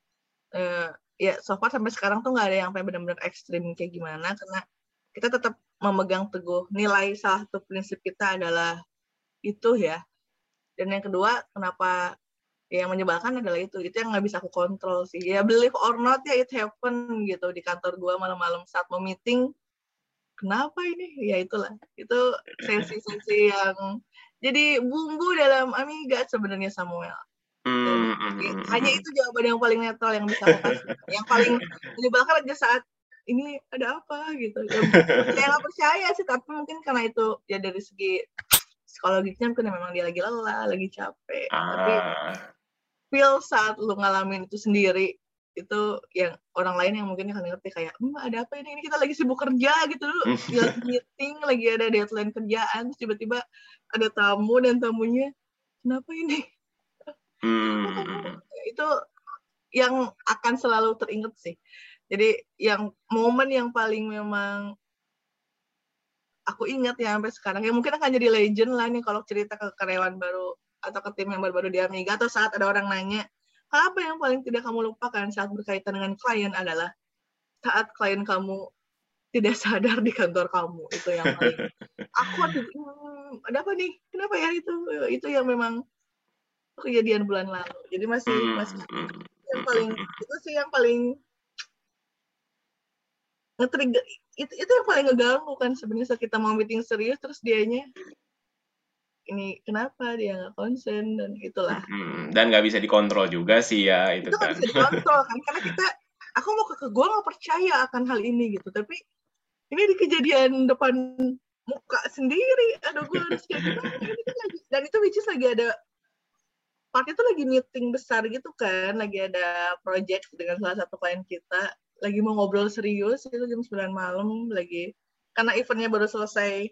eh, ya so far sampai sekarang tuh nggak ada yang sampai benar-benar ekstrim kayak gimana karena kita tetap memegang teguh nilai salah satu prinsip kita adalah itu ya. Dan yang kedua kenapa yang menyebalkan adalah itu itu yang nggak bisa aku kontrol sih ya believe or not ya it happen gitu di kantor gua malam-malam saat mau meeting kenapa ini ya itulah itu sesi-sesi yang jadi bumbu dalam Amiga sebenarnya Samuel dan Hmm, hmm, ya, hmm, hanya hmm. itu jawaban yang paling netral yang bisa aku kasih yang paling menyebalkan aja saat ini ada apa gitu ya percaya nggak percaya sih tapi mungkin karena itu ya dari segi psikologisnya mungkin memang dia lagi lelah lagi capek tapi Ah. feel saat lu ngalamin itu sendiri itu yang orang lain yang mungkin akan ngerti kayak hmm, ada apa ini ini kita lagi sibuk kerja gitu dulu dia lagi meeting lagi ada deadline kerjaan terus tiba-tiba ada tamu dan tamunya kenapa ini kenapa kamu Hmm. itu yang akan selalu teringat sih jadi yang momen yang paling memang aku ingat ya sampai sekarang ya mungkin akan jadi legend lah nih kalau cerita ke karyawan baru atau ke tim yang baru-baru di Amiga atau saat ada orang nanya hal apa yang paling tidak kamu lupakan saat berkaitan dengan klien adalah saat klien kamu tidak sadar di kantor kamu itu yang paling aku waktu hmm, ada apa nih kenapa ya itu itu yang memang kejadian bulan lalu jadi masih Hmm, masih hmm, yang hmm, paling hmm. itu sih yang paling nge-trigger itu, itu yang paling ngeganggu kan sebenarnya saat kita mau meeting serius terus dianya ini kenapa dia nggak konsen dan itulah Hmm, dan nggak bisa dikontrol juga sih ya itu itu nggak kan. bisa dikontrol kan karena kita aku mau ke, ke gue nggak percaya akan hal ini gitu tapi ini di kejadian depan muka sendiri aduh gue harus kayak gimana ini kan lagi dan itu which is lagi ada part itu lagi meeting besar gitu kan lagi ada project dengan salah satu klien kita lagi mau ngobrol serius itu jam sembilan malam lagi karena eventnya baru selesai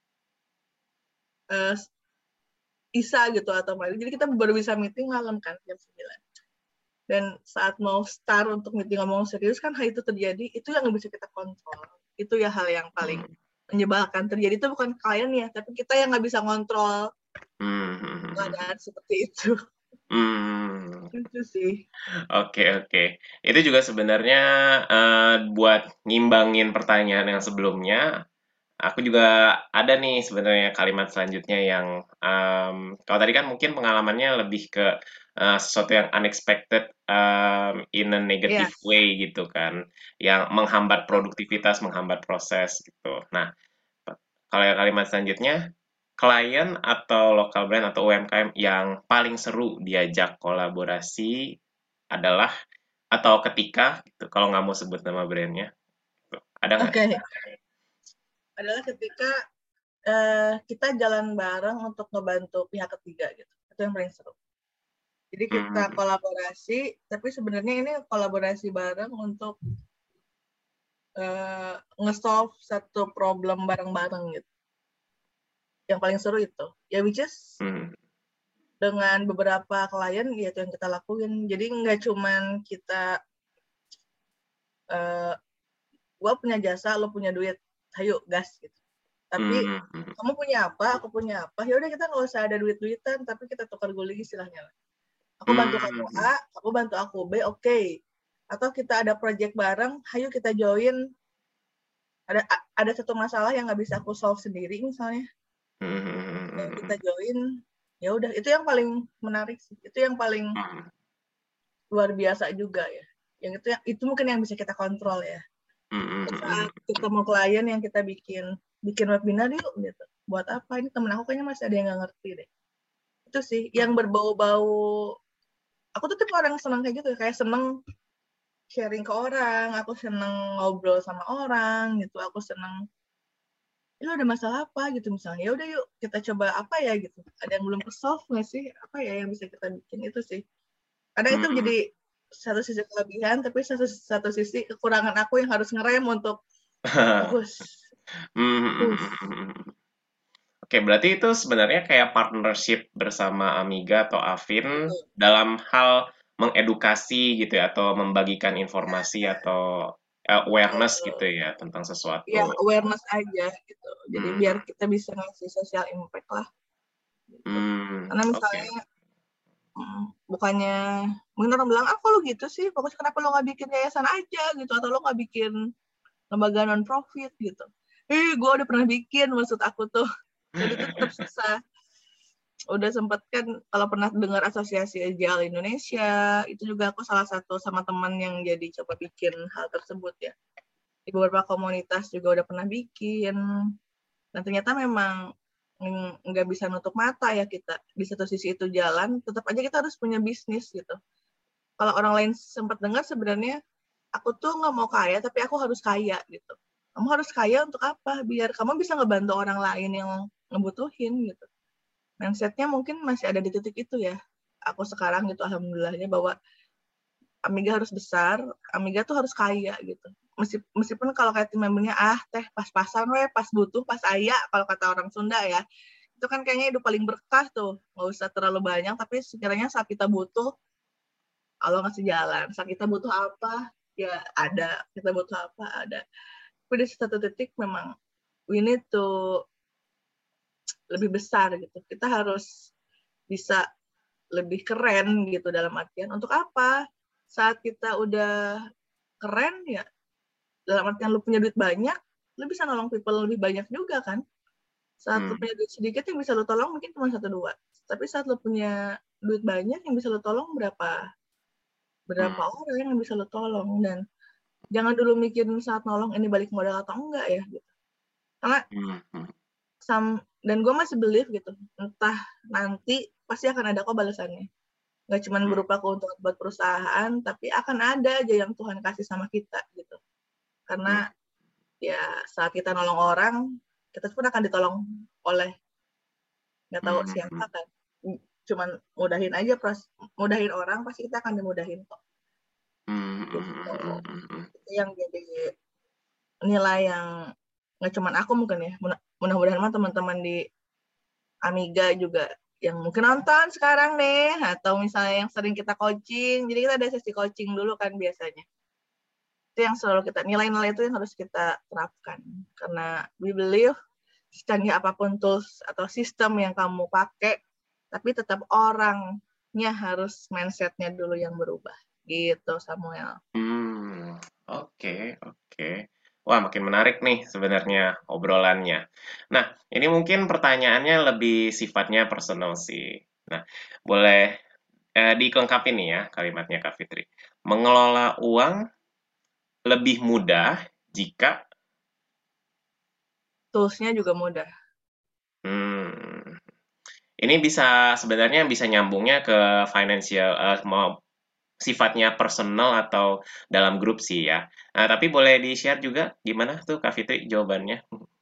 uh, Isa gitu atau malam jadi kita baru bisa meeting malam kan jam sembilan dan saat mau start untuk meeting ngomong serius kan hal itu terjadi itu yang nggak bisa kita kontrol itu ya hal yang paling Hmm, menyebalkan terjadi itu bukan klien ya tapi kita yang nggak bisa kontrol hmm, hmm, hmm, keadaan seperti itu hmm. itu sih Oke oke. Itu juga sebenarnya eh, buat ngimbangin pertanyaan yang sebelumnya. Aku juga ada nih sebenarnya kalimat selanjutnya yang em, kalau tadi kan mungkin pengalamannya lebih ke eh, sesuatu yang unexpected em, in a negative yes way gitu kan, yang menghambat produktivitas, menghambat proses gitu. Nah, kalau yang kalimat selanjutnya, klien atau lokal brand atau U M K M yang paling seru diajak kolaborasi adalah atau ketika gitu, kalau nggak mau sebut nama brandnya, gitu. Ada nggak? oke okay. adalah ketika uh, kita jalan bareng untuk ngebantu pihak ketiga gitu itu yang paling seru jadi kita Hmm, kolaborasi tapi sebenarnya ini kolaborasi bareng untuk uh, nge-solve satu problem bareng-bareng gitu yang paling seru itu ya which is hmm, dengan beberapa klien ya itu yang kita lakuin jadi nggak cuman kita uh, gue punya jasa lo punya duit ayo gas gitu tapi hmm, hmm, kamu punya apa aku punya apa ya udah kita nggak usah ada duit-duitan tapi kita tukar guling istilahnya aku bantu kamu hmm, A aku bantu aku B oke okay. Atau kita ada project bareng, ayo kita join. Ada ada satu masalah yang nggak bisa aku solve sendiri misalnya, ya kita join. Ya udah, itu yang paling menarik sih. Itu yang paling luar biasa juga ya. Yang itu itu mungkin yang bisa kita kontrol ya. Saat ketemu klien yang kita bikin bikin webinar yuk gitu. Buat apa? Ini temen aku kayaknya masih ada yang nggak ngerti deh. Itu sih yang berbau-bau. Aku tuh tipe orang senang kayak gitu, kayak seneng sharing ke orang, aku seneng ngobrol sama orang gitu, aku seneng, lu ada masalah apa gitu misalnya, ya udah yuk kita coba apa ya gitu, ada yang belum ke-solve nggak sih, apa ya yang bisa kita bikin, itu sih. Kadang itu jadi satu sisi kelebihan, tapi satu, satu sisi kekurangan aku yang harus ngerem untuk push. push. Oke, berarti itu sebenarnya kayak partnership bersama Amiga atau Afin Betul. dalam hal mengedukasi gitu ya, atau membagikan informasi ya, atau uh, awareness Betul. gitu ya tentang sesuatu. Ya, awareness aja gitu. Jadi Hmm. biar kita bisa ngasih social impact lah. Gitu. Hmm. Karena misalnya, okay. bukannya, mungkin orang bilang, ah kok lo gitu sih, fokus kenapa lo nggak bikin yayasan aja gitu, atau lo nggak bikin lembaga non-profit gitu. Eh, gue udah pernah bikin, maksud aku tuh. Jadi itu tetap susah. Udah sempet kan, kalau pernah dengar Asosiasi Agile Indonesia, itu juga aku salah satu sama teman yang jadi coba bikin hal tersebut ya. Di beberapa komunitas juga udah pernah bikin. Dan ternyata memang nggak bisa nutup mata ya kita. Di satu sisi itu jalan, tetap aja kita harus punya bisnis gitu. Kalau orang lain sempat dengar sebenarnya, aku tuh nggak mau kaya, tapi aku harus kaya gitu. Kamu harus kaya untuk apa? Biar kamu bisa ngebantu orang lain yang ngebutuhin gitu. Mindset-nya mungkin masih ada di titik itu ya. Aku sekarang gitu, alhamdulillahnya bahwa Amiga harus besar, Amiga tuh harus kaya gitu. Meskipun kalau kayak tim membernya, ah teh pas-pasan weh, pas butuh, pas aya, kalau kata orang Sunda ya. Itu kan kayaknya hidup paling berkah tuh. Nggak usah terlalu banyak, tapi sekiranya saat kita butuh, Allah ngasih jalan. Saat kita butuh apa, ya ada. Kita butuh apa, ada. Tapi di satu titik memang we need to lebih besar gitu. Kita harus bisa lebih keren gitu dalam artian. Untuk apa? Saat kita udah keren ya, dalam artian lu punya duit banyak, lu bisa nolong people lebih banyak juga kan. Saat hmm. lu punya duit sedikit yang bisa lu tolong mungkin cuma satu dua. Tapi saat lu punya duit banyak yang bisa lu tolong berapa? Berapa hmm. orang yang bisa lu tolong. Dan jangan dulu mikirin saat nolong ini balik modal atau enggak ya gitu. Karena hmm. Sam, dan gue masih believe gitu, entah nanti pasti akan ada kok balasannya. Nggak cuma berupa keuntungan buat perusahaan, tapi akan ada aja yang Tuhan kasih sama kita gitu. Karena ya saat kita nolong orang, kita pun akan ditolong oleh nggak tahu siapa kan. Cuman mudahin aja, pros, mudahin orang pasti kita akan dimudahin kok. Gitu. Itu yang jadi nilai yang nggak cuma aku mungkin ya, mudah-mudahan mah teman-teman di Amiga juga yang mungkin nonton sekarang nih, atau misalnya yang sering kita coaching, jadi kita ada sesi coaching dulu kan biasanya. Itu yang selalu kita, nilai-nilai itu yang harus kita terapkan. Karena we believe, secanggih apapun tools atau sistem yang kamu pakai, tapi tetap orangnya harus mindset-nya dulu yang berubah. Gitu, Samuel. Hmm, oke, okay, oke. Okay. Wah, makin menarik nih sebenarnya obrolannya. Nah, ini mungkin pertanyaannya lebih sifatnya personal sih. Nah, boleh eh, dikelengkapi nih ya kalimatnya Kak Fitri. Mengelola uang lebih mudah jika tools-nya juga mudah. Hmm, ini bisa sebenarnya bisa nyambungnya ke financial, uh, mau sifatnya personal atau dalam grup sih ya. Nah, tapi boleh di-share juga gimana tuh Kak Fitri jawabannya?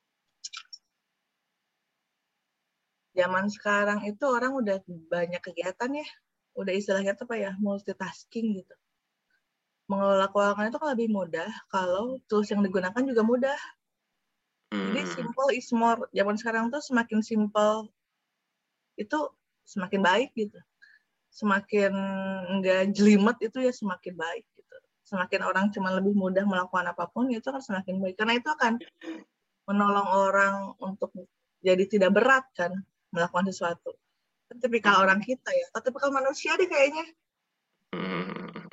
Zaman sekarang itu orang udah banyak kegiatan ya. Udah istilahnya apa ya, multitasking gitu. Mengelola keuangan itu kan lebih mudah kalau tools yang digunakan juga mudah. Hmm. Jadi simple is more. Zaman sekarang tuh semakin simple itu semakin baik gitu. Semakin nggak jelimet itu ya semakin baik gitu. Semakin orang cuma lebih mudah melakukan apapun itu kan semakin baik. Karena itu akan menolong orang untuk jadi tidak berat kan melakukan sesuatu. Tipikal orang kita ya, atau tipikal manusia deh kayaknya.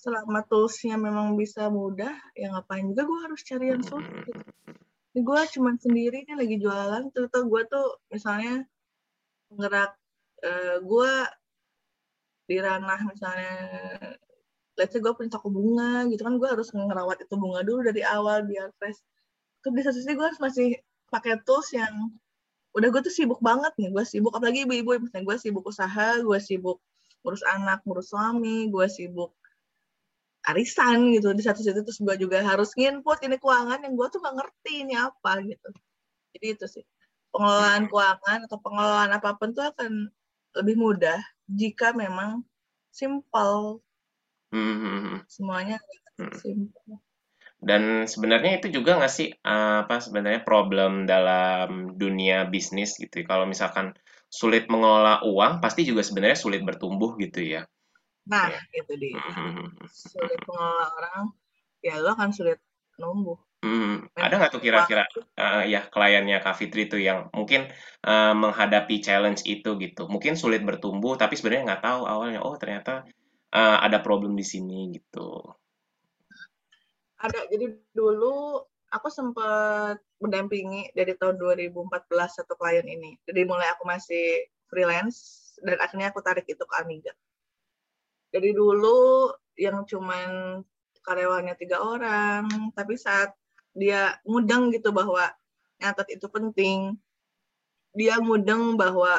selama tools-nya memang bisa mudah, ya ngapain juga gue harus cari yang sulit gitu. Ini gue cuman sendiri nih lagi jualan, ternyata gue tuh misalnya penggerak, uh, gue di ranah misalnya, let's say gue punya toko bunga gitu kan, gue harus ngerawat itu bunga dulu dari awal biar fresh. Terus di satu sisi gue harus masih pakai tools yang udah gue tuh sibuk banget nih, gue sibuk apalagi ibu-ibu, misalnya gue sibuk usaha, gue sibuk ngurus anak, ngurus suami, gue sibuk arisan gitu di satu sisi, terus gue juga harus nginput ini keuangan yang gue tuh nggak ngerti ini apa gitu. Jadi itu sih, pengelolaan keuangan atau pengelolaan apapun tuh akan lebih mudah jika memang simple. Hmm. Semuanya Hmm. simple. Dan sebenarnya itu juga nggak sih uh, apa sebenarnya problem dalam dunia bisnis gitu ya. Kalau misalkan sulit mengelola uang, pasti juga sebenarnya sulit bertumbuh gitu ya. Nah, Ya. itu dia. Hmm. Sulit mengelola orang, ya lo akan sulit numbuh. Hmm. Ada Memang nggak tuh kira-kira uh, ya kliennya Kak Fitri tuh yang mungkin uh, menghadapi challenge itu gitu. Mungkin sulit bertumbuh, tapi sebenarnya nggak tahu awalnya. Oh ternyata uh, ada problem di sini gitu. ada, jadi dulu aku sempat mendampingi dari tahun dua ribu empat belas satu klien ini. Jadi mulai aku masih freelance dan akhirnya aku tarik itu ke Amiga. Dari dulu yang cuman karyawannya tiga orang, tapi saat dia mudeng gitu bahwa nyatet itu penting, dia mudeng bahwa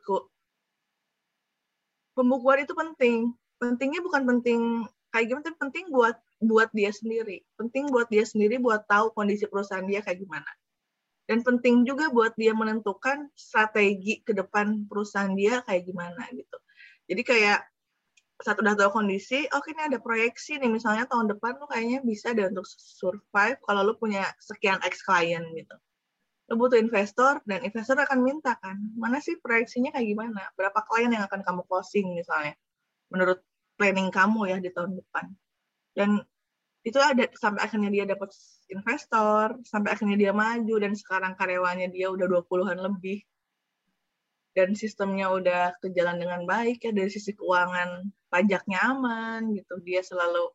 pembukuan itu penting. Pentingnya bukan penting kayak gimana, tapi penting buat buat dia sendiri. Penting buat dia sendiri buat tahu kondisi perusahaan dia kayak gimana. Dan penting juga buat dia menentukan strategi ke depan perusahaan dia kayak gimana gitu. Jadi kayak saat udah tahu kondisi, oke ini ada proyeksi nih, misalnya tahun depan lu kayaknya bisa deh untuk survive kalau lu punya sekian X klien gitu. Lu butuh investor, dan investor akan minta kan, mana sih proyeksinya kayak gimana? Berapa klien yang akan kamu closing misalnya, menurut planning kamu ya di tahun depan. Dan itu ada sampai akhirnya dia dapat investor, sampai akhirnya dia maju, dan sekarang karyawannya dia udah dua puluhan lebih. Dan sistemnya udah berjalan dengan baik ya, dari sisi keuangan pajaknya aman gitu. Dia selalu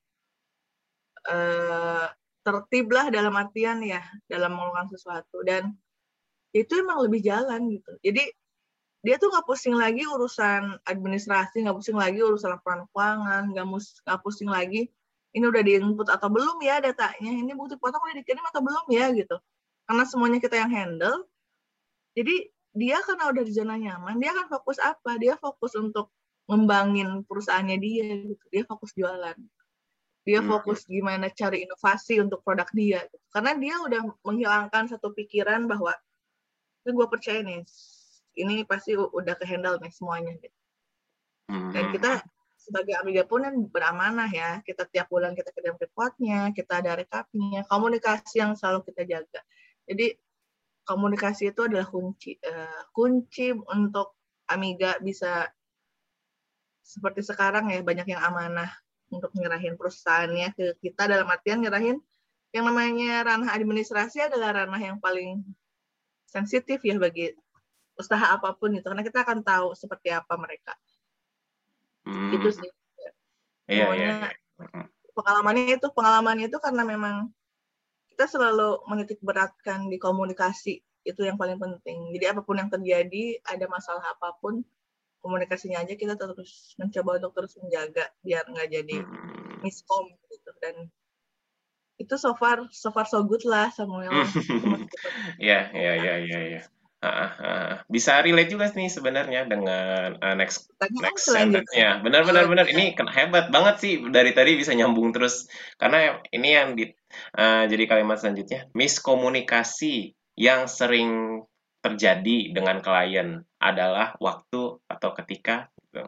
uh, tertib lah dalam artian ya, dalam melakukan sesuatu. Dan itu emang lebih jalan gitu. Jadi dia tuh nggak pusing lagi urusan administrasi, nggak pusing lagi urusan laporan keuangan, nggak mus nggak pusing lagi ini udah di-input atau belum ya datanya, ini bukti potong udah dikirim atau belum ya gitu. Karena semuanya kita yang handle, jadi dia karena udah di zona nyaman, dia akan fokus apa? Dia fokus untuk ngembangin perusahaannya dia gitu. Dia fokus jualan. Dia fokus gimana cari inovasi untuk produk dia gitu. Karena dia udah menghilangkan satu pikiran bahwa gue percaya nih, ini pasti udah ke-handle nih semuanya gitu. Dan kita sebagai Amiga pun kan beramanah ya, kita tiap bulan kita kirim reportnya, kita ada rekapnya, komunikasi yang selalu kita jaga. Jadi komunikasi itu adalah kunci uh, kunci untuk Amiga bisa seperti sekarang ya, banyak yang amanah untuk nyerahin perusahaannya ke kita, dalam artian nyerahin yang namanya ranah administrasi adalah ranah yang paling sensitif ya bagi usaha apapun itu, karena kita akan tahu seperti apa mereka. Hmm. Itu sih. Iya, iya, Semuanya iya. pengalamannya itu pengalamannya itu karena memang kita selalu menitik beratkan di komunikasi, itu yang paling penting. Jadi apapun yang terjadi, ada masalah apapun, komunikasinya aja kita terus mencoba untuk terus menjaga biar nggak jadi miskom gitu. Dan itu so far so far so good lah Samuel. Iya, iya, iya, iya, iya. Uh, uh, bisa relate juga nih sebenarnya dengan uh, next Pertanyaan next selanjutnya. sentence-nya. Benar, benar, benar. Okay. Ini kan hebat banget sih, dari tadi bisa nyambung terus. Karena ini yang di uh, jadi kalimat selanjutnya, miskomunikasi yang sering terjadi dengan klien adalah waktu atau ketika gitu.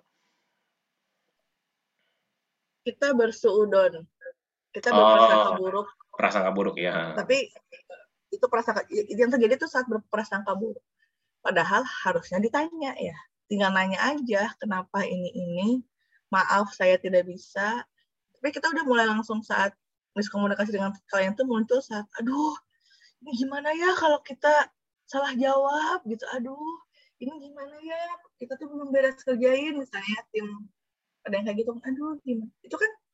Kita bersuudon. Kita Oh, berprasangka buruk. prasangka buruk ya. Tapi itu prasangka yang terjadi itu saat berprasangka buruk. Padahal harusnya ditanya ya. Tinggal nanya aja, kenapa ini ini? Maaf saya tidak bisa. Tapi kita udah mulai langsung saat miskomunikasi dengan klien itu muncul saat, aduh, ini gimana ya kalau kita salah jawab gitu. Aduh, ini gimana ya? Kita tuh belum beres kerjain misalnya tim ada yang kayak gitu. Aduh, gimana? Itu kan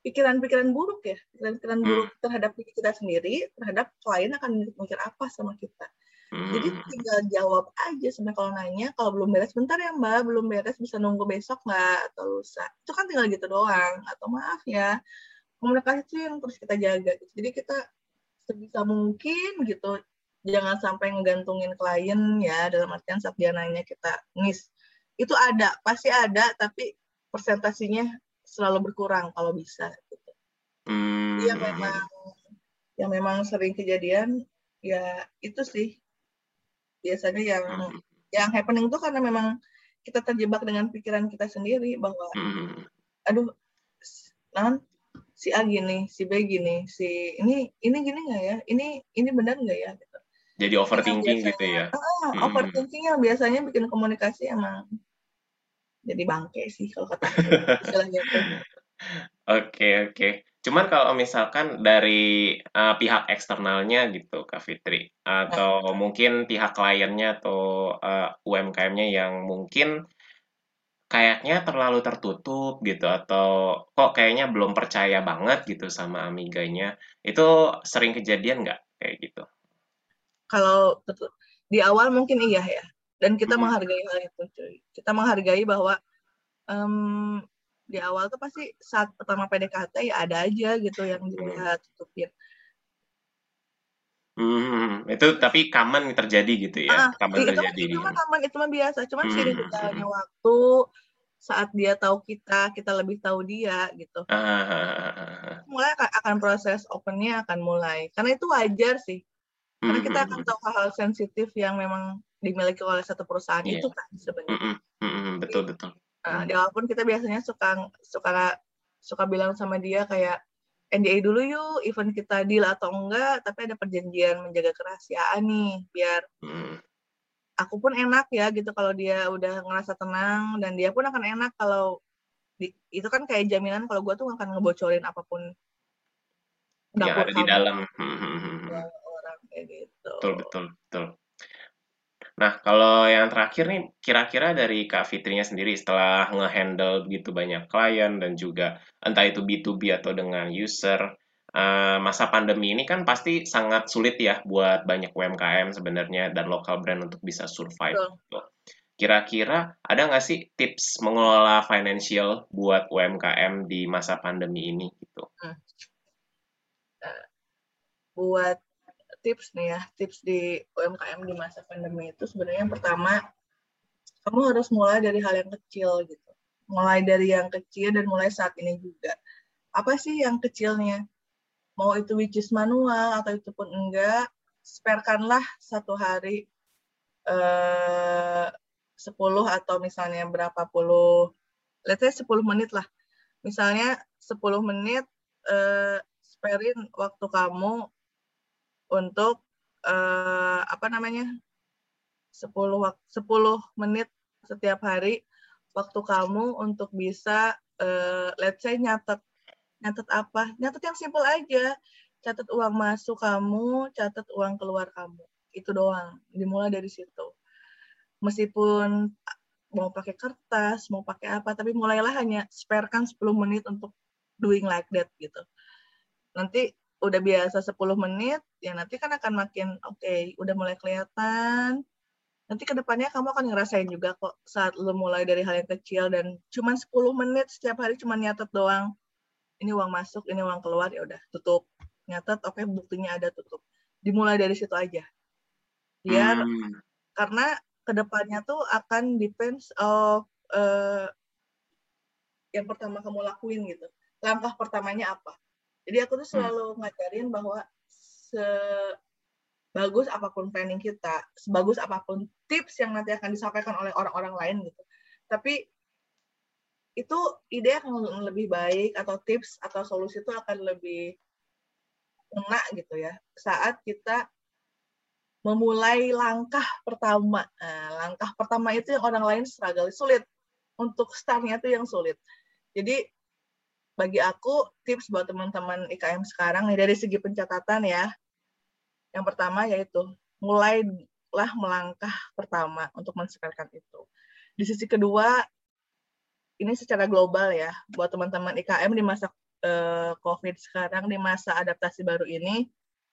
pikiran-pikiran buruk ya, pikiran-pikiran Hmm. buruk terhadap diri kita sendiri, terhadap klien akan mikir apa sama kita. Jadi Hmm. tinggal jawab aja sebenarnya kalau nanya, kalau belum beres, bentar ya Mbak, belum beres bisa nunggu besok nggak atau lusa. Itu kan tinggal gitu doang. Atau maaf ya, komunikasi itu yang terus kita jaga. Jadi kita sebisa mungkin gitu, jangan sampai ngegantungin klien ya, dalam artian saat dia nanya kita miss. Itu ada, pasti ada, tapi persentasinya selalu berkurang kalau bisa. Gitu. Hmm. Yang memang, yang memang sering kejadian, ya itu sih. Biasanya yang Hmm. yang happening itu karena memang kita terjebak dengan pikiran kita sendiri bahwa Hmm. aduh non si A gini, si B gini, si ini ini gini nggak ya, ini ini benar nggak ya gitu. Jadi overthinking gitu Biasanya ya. ah, Hmm. overthinking yang biasanya bikin komunikasi emang jadi bangke sih kalau kata aku istilahnya tuh. Oke, oke. Cuman kalau misalkan dari uh, pihak eksternalnya gitu, Kak Fitri, Nah, atau mungkin pihak kliennya atau uh, U M K M-nya yang mungkin kayaknya terlalu tertutup gitu, atau kok kayaknya belum percaya banget gitu sama Amiganya, itu sering kejadian nggak kayak gitu? kalau betul di awal mungkin iya ya, dan kita Hmm. menghargai hal itu cuy. Kita menghargai bahwa um, di awal tuh pasti saat pertama P D K T ya ada aja gitu yang Hmm. dilihat tutupin. Hmm, itu tapi common terjadi gitu ya, Ah, common itu mah terjadi itu di mah aman, itu mah biasa. Cuman seiring hmm. berjalannya waktu, saat dia tahu kita, kita lebih tahu dia gitu. Ah, Mulai akan, akan proses opennya akan mulai. Karena itu wajar sih. Karena kita akan hmm. tahu hal-hal sensitif yang memang dimiliki oleh satu perusahaan Iya. itu kan sebenarnya. Hmm, hmm, Jadi, betul betul. uh, di awal pun kita biasanya suka suka suka bilang sama dia kayak N D A dulu yuk, event kita deal atau enggak, tapi ada perjanjian menjaga kerahasiaan nih, biar Hmm. aku pun enak ya gitu kalau dia udah ngerasa tenang, dan dia pun akan enak kalau di, itu kan kayak jaminan kalau gue tuh akan ngebocorin apapun Yang dapur ada di kamu dalam. Hmm, hmm, hmm, hmm. orang kayak gitu. Betul betul betul. Nah, kalau yang terakhir nih, kira-kira dari Kak Fitrinya sendiri setelah nge-handle begitu banyak klien dan juga entah itu B to B atau dengan user, eh, masa pandemi ini kan pasti sangat sulit ya buat banyak U M K M sebenarnya dan local brand untuk bisa survive. Betul. Gitu. Kira-kira ada nggak sih tips mengelola financial buat U M K M di masa pandemi ini gitu? Hmm. Nah, buat tips nih ya, tips di U M K M di masa pandemi itu sebenarnya yang pertama, kamu harus mulai dari hal yang kecil gitu. Mulai dari yang kecil dan mulai saat ini juga. Apa sih yang kecilnya? Mau itu which is manual atau itu pun enggak, sparekanlah satu hari eh, sepuluh atau misalnya berapa puluh, let's say sepuluh menit lah. Misalnya sepuluh menit eh, sparein waktu kamu untuk eh, apa namanya? sepuluh sepuluh menit setiap hari waktu kamu untuk bisa eh, let's say nyatet. Nyatet apa? Nyatet yang simple aja. Catat uang masuk kamu, catat uang keluar kamu. Itu doang. Dimulai dari situ. Meskipun mau pakai kertas, mau pakai apa, tapi mulailah hanya sparekan sepuluh menit untuk doing like that gitu. Nanti udah biasa sepuluh menit, ya nanti kan akan makin oke, okay, udah mulai kelihatan. Nanti kedepannya kamu akan ngerasain juga kok saat lu mulai dari hal yang kecil dan cuma sepuluh menit setiap hari cuma nyatet doang. Ini uang masuk, ini uang keluar, ya udah tutup. Nyatet, oke okay, buktinya ada, tutup. Dimulai dari situ aja. Biar Hmm. karena kedepannya tuh akan depends of uh, yang pertama kamu lakuin gitu. Langkah pertamanya apa? Jadi aku tuh selalu ngajarin bahwa sebagus apapun planning kita, sebagus apapun tips yang nanti akan disampaikan oleh orang-orang lain gitu. Tapi itu ide akan lebih baik atau tips atau solusi itu akan lebih enak gitu ya saat kita memulai langkah pertama. Nah, langkah pertama itu yang orang lain struggle, sulit. Untuk startnya itu yang sulit. Jadi bagi aku tips buat teman-teman I K M sekarang nih dari segi pencatatan ya. Yang pertama yaitu mulailah melangkah pertama untuk men-sparekan itu. Di sisi kedua, ini secara global ya, buat teman-teman I K M di masa uh, COVID sekarang di masa adaptasi baru ini,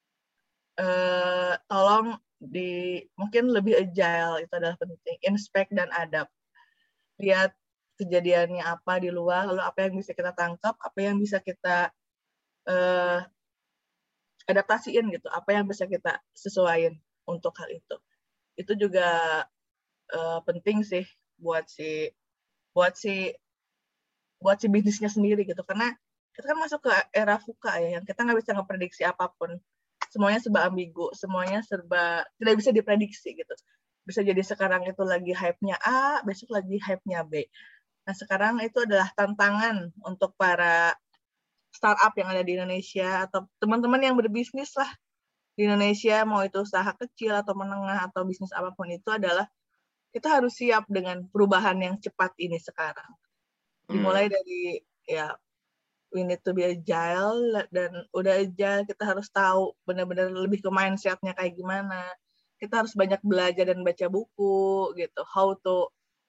uh, tolong di mungkin lebih agile, itu adalah penting. Inspect dan adapt. Lihat kejadiannya apa di luar, lalu apa yang bisa kita tangkap, apa yang bisa kita uh, adaptasiin gitu, apa yang bisa kita sesuaiin untuk hal itu. Itu juga uh, penting sih buat si buat si buat si bisnisnya sendiri gitu, karena kita kan masuk ke era VUCA ya, yang kita nggak bisa ngeprediksi apapun, semuanya serba ambigu, semuanya serba tidak bisa diprediksi gitu. Bisa jadi sekarang itu lagi hype-nya A, besok lagi hype-nya B. Nah sekarang itu adalah tantangan untuk para startup yang ada di Indonesia atau teman-teman yang berbisnis lah di Indonesia, mau itu usaha kecil atau menengah atau bisnis apapun, itu adalah kita harus siap dengan perubahan yang cepat ini sekarang. Dimulai dari ya we need to be agile, dan udah agile kita harus tahu benar-benar lebih ke mindset-nya kayak gimana. Kita harus banyak belajar dan baca buku gitu, how to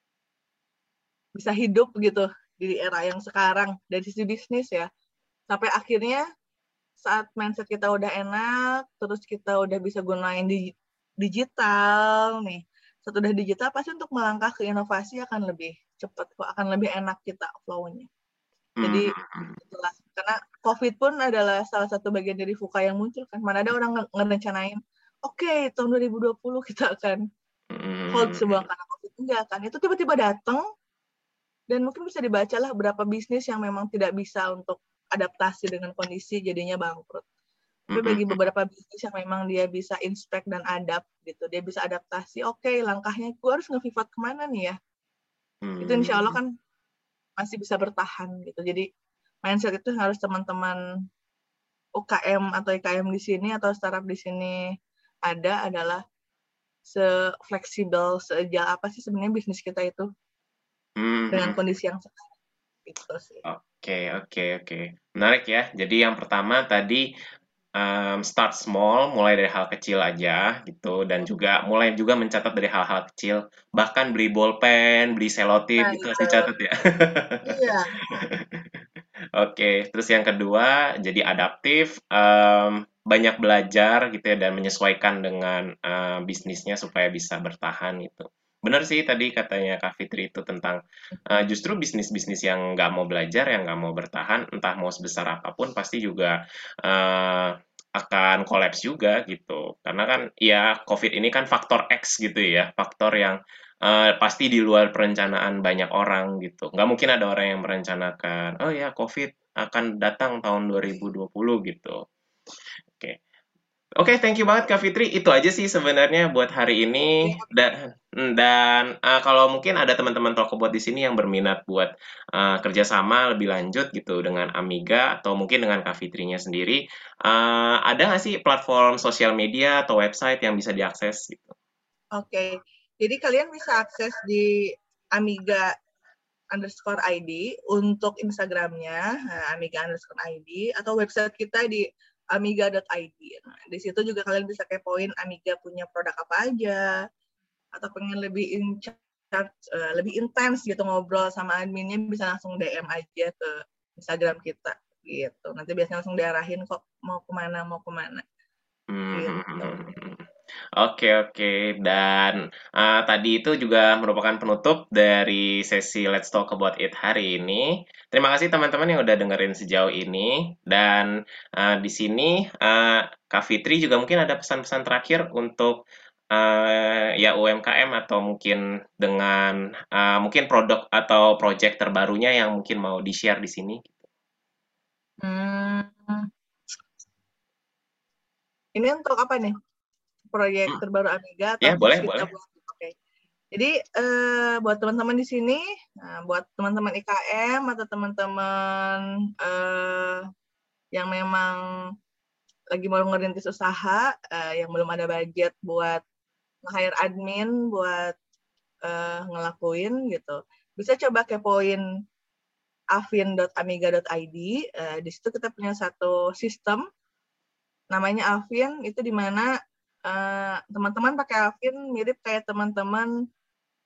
bisa hidup gitu di era yang sekarang dari sisi bisnis ya. Sampai akhirnya saat mindset kita udah enak, terus kita udah bisa gunain di digital nih. Saat udah digital pasti untuk melangkah ke inovasi akan lebih cepat kok, akan lebih enak kita flow-nya. Jadi itulah, karena COVID pun adalah salah satu bagian dari VUCA yang muncul kan. Mana ada orang ngerencanain, oke okay, tahun dua ribu dua puluh kita akan hold semua karena COVID. Enggak kan, itu tiba-tiba datang, dan mungkin bisa dibaca lah berapa bisnis yang memang tidak bisa untuk adaptasi dengan kondisi, jadinya bangkrut. Tapi bagi beberapa bisnis yang memang dia bisa inspect dan adapt gitu, dia bisa adaptasi, oke okay, langkahnya gue harus nge-pivot kemana nih ya. Itu insya Allah kan masih bisa bertahan gitu. Jadi mindset itu harus teman-teman U K M atau I K M di sini atau startup di sini ada, adalah se-fleksibel, se-agile apa sih sebenarnya bisnis kita itu hmm. dengan kondisi yang sekarang. Gitu sih. Oke, oke, oke. Menarik ya. Jadi yang pertama tadi um, start small, mulai dari hal kecil aja gitu, dan juga mulai juga mencatat dari hal-hal kecil, bahkan beli bolpen, beli selotip nah, gitu harus dicatat ya. Iya. Oke, terus yang kedua jadi adaptif, um, banyak belajar gitu ya dan menyesuaikan dengan uh, bisnisnya supaya bisa bertahan gitu. Benar sih tadi katanya Kak Fitri itu tentang uh, justru bisnis-bisnis yang nggak mau belajar, yang nggak mau bertahan, entah mau sebesar apapun pasti juga uh, akan kolaps juga gitu. Karena kan ya COVID ini kan faktor X gitu ya, faktor yang uh, pasti di luar perencanaan banyak orang gitu. Nggak mungkin ada orang yang merencanakan, oh ya COVID akan datang tahun dua ribu dua puluh gitu. Oke. Okay. Oke, okay, thank you banget Kak Fitri. Itu aja sih sebenarnya buat hari ini. Dan dan uh, kalau mungkin ada teman-teman Talkabot di sini yang berminat buat uh, kerjasama lebih lanjut gitu dengan Amiga atau mungkin dengan Kak Fitrinya sendiri, uh, ada nggak sih platform sosial media atau website yang bisa diakses gitu? Oke, okay. Jadi kalian bisa akses di Amiga underscore I D untuk Instagramnya, nah, Amiga underscore I D, atau website kita di amiga dot I D. Nah, di situ juga kalian bisa kepoin Amiga punya produk apa aja, atau pengen lebih in charge, uh, lebih intens gitu ngobrol sama adminnya, bisa langsung D M aja ke Instagram kita gitu. Nanti biasanya langsung diarahin kok mau kemana mau kemana. Gitu. Oke, oke. Dan uh, tadi itu juga merupakan penutup dari sesi Let's Talk About It hari ini. Terima kasih teman-teman yang udah dengerin sejauh ini. Dan uh, di sini uh, Kak Fitri juga mungkin ada pesan-pesan terakhir untuk uh, ya U M K M atau mungkin dengan uh, mungkin produk atau project terbarunya yang mungkin mau di-share di sini. Hmm. Ini untuk apa nih? Proyek hmm. terbaru Amiga atau ya, boleh, kita boleh. buat? Oke. Okay. Jadi eh, buat teman-teman di sini, nah, buat teman-teman I K M atau teman-teman eh, yang memang lagi mau ngerintis usaha, eh, yang belum ada budget buat nge-hire admin, buat eh, ngelakuin gitu, bisa coba kepoin afin dot amiga dot I D. Eh, di situ kita punya satu sistem namanya Afin, itu di mana uh, teman-teman pakai Afin mirip kayak teman-teman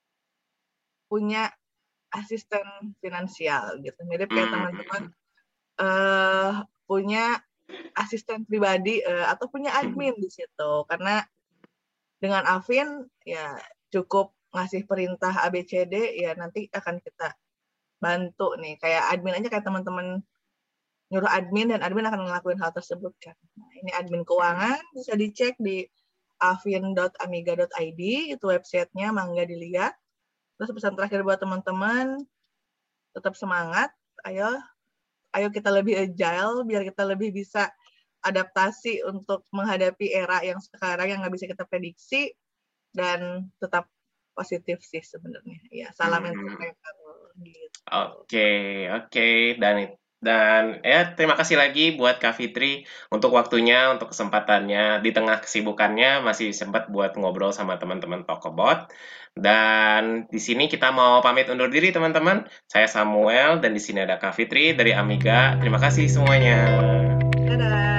punya asisten finansial gitu, mirip kayak teman-teman uh, punya asisten pribadi uh, atau punya admin di situ. Karena dengan Afin ya cukup ngasih perintah A B C D, ya nanti akan kita bantu nih. Kayak admin aja, kayak teman-teman nyuruh admin dan admin akan ngelakuin hal tersebut kan. Nah, ini admin keuangan, bisa dicek di afin dot amiga dot i d, itu websitenya, mangga dilihat. Terus pesan terakhir buat teman-teman, tetap semangat, ayo ayo kita lebih agile biar kita lebih bisa adaptasi untuk menghadapi era yang sekarang yang nggak bisa kita prediksi, dan tetap positif sih sebenarnya. Ya, salam Hmm. entrepreneur gitu. Oke, oke. Dan dan ya terima kasih lagi buat Kak Fitri untuk waktunya, untuk kesempatannya di tengah kesibukannya masih sempat buat ngobrol sama teman-teman Tokobot. Dan di sini kita mau pamit undur diri teman-teman. Saya Samuel dan di sini ada Kak Fitri dari Amiga. Terima kasih semuanya. Dadah.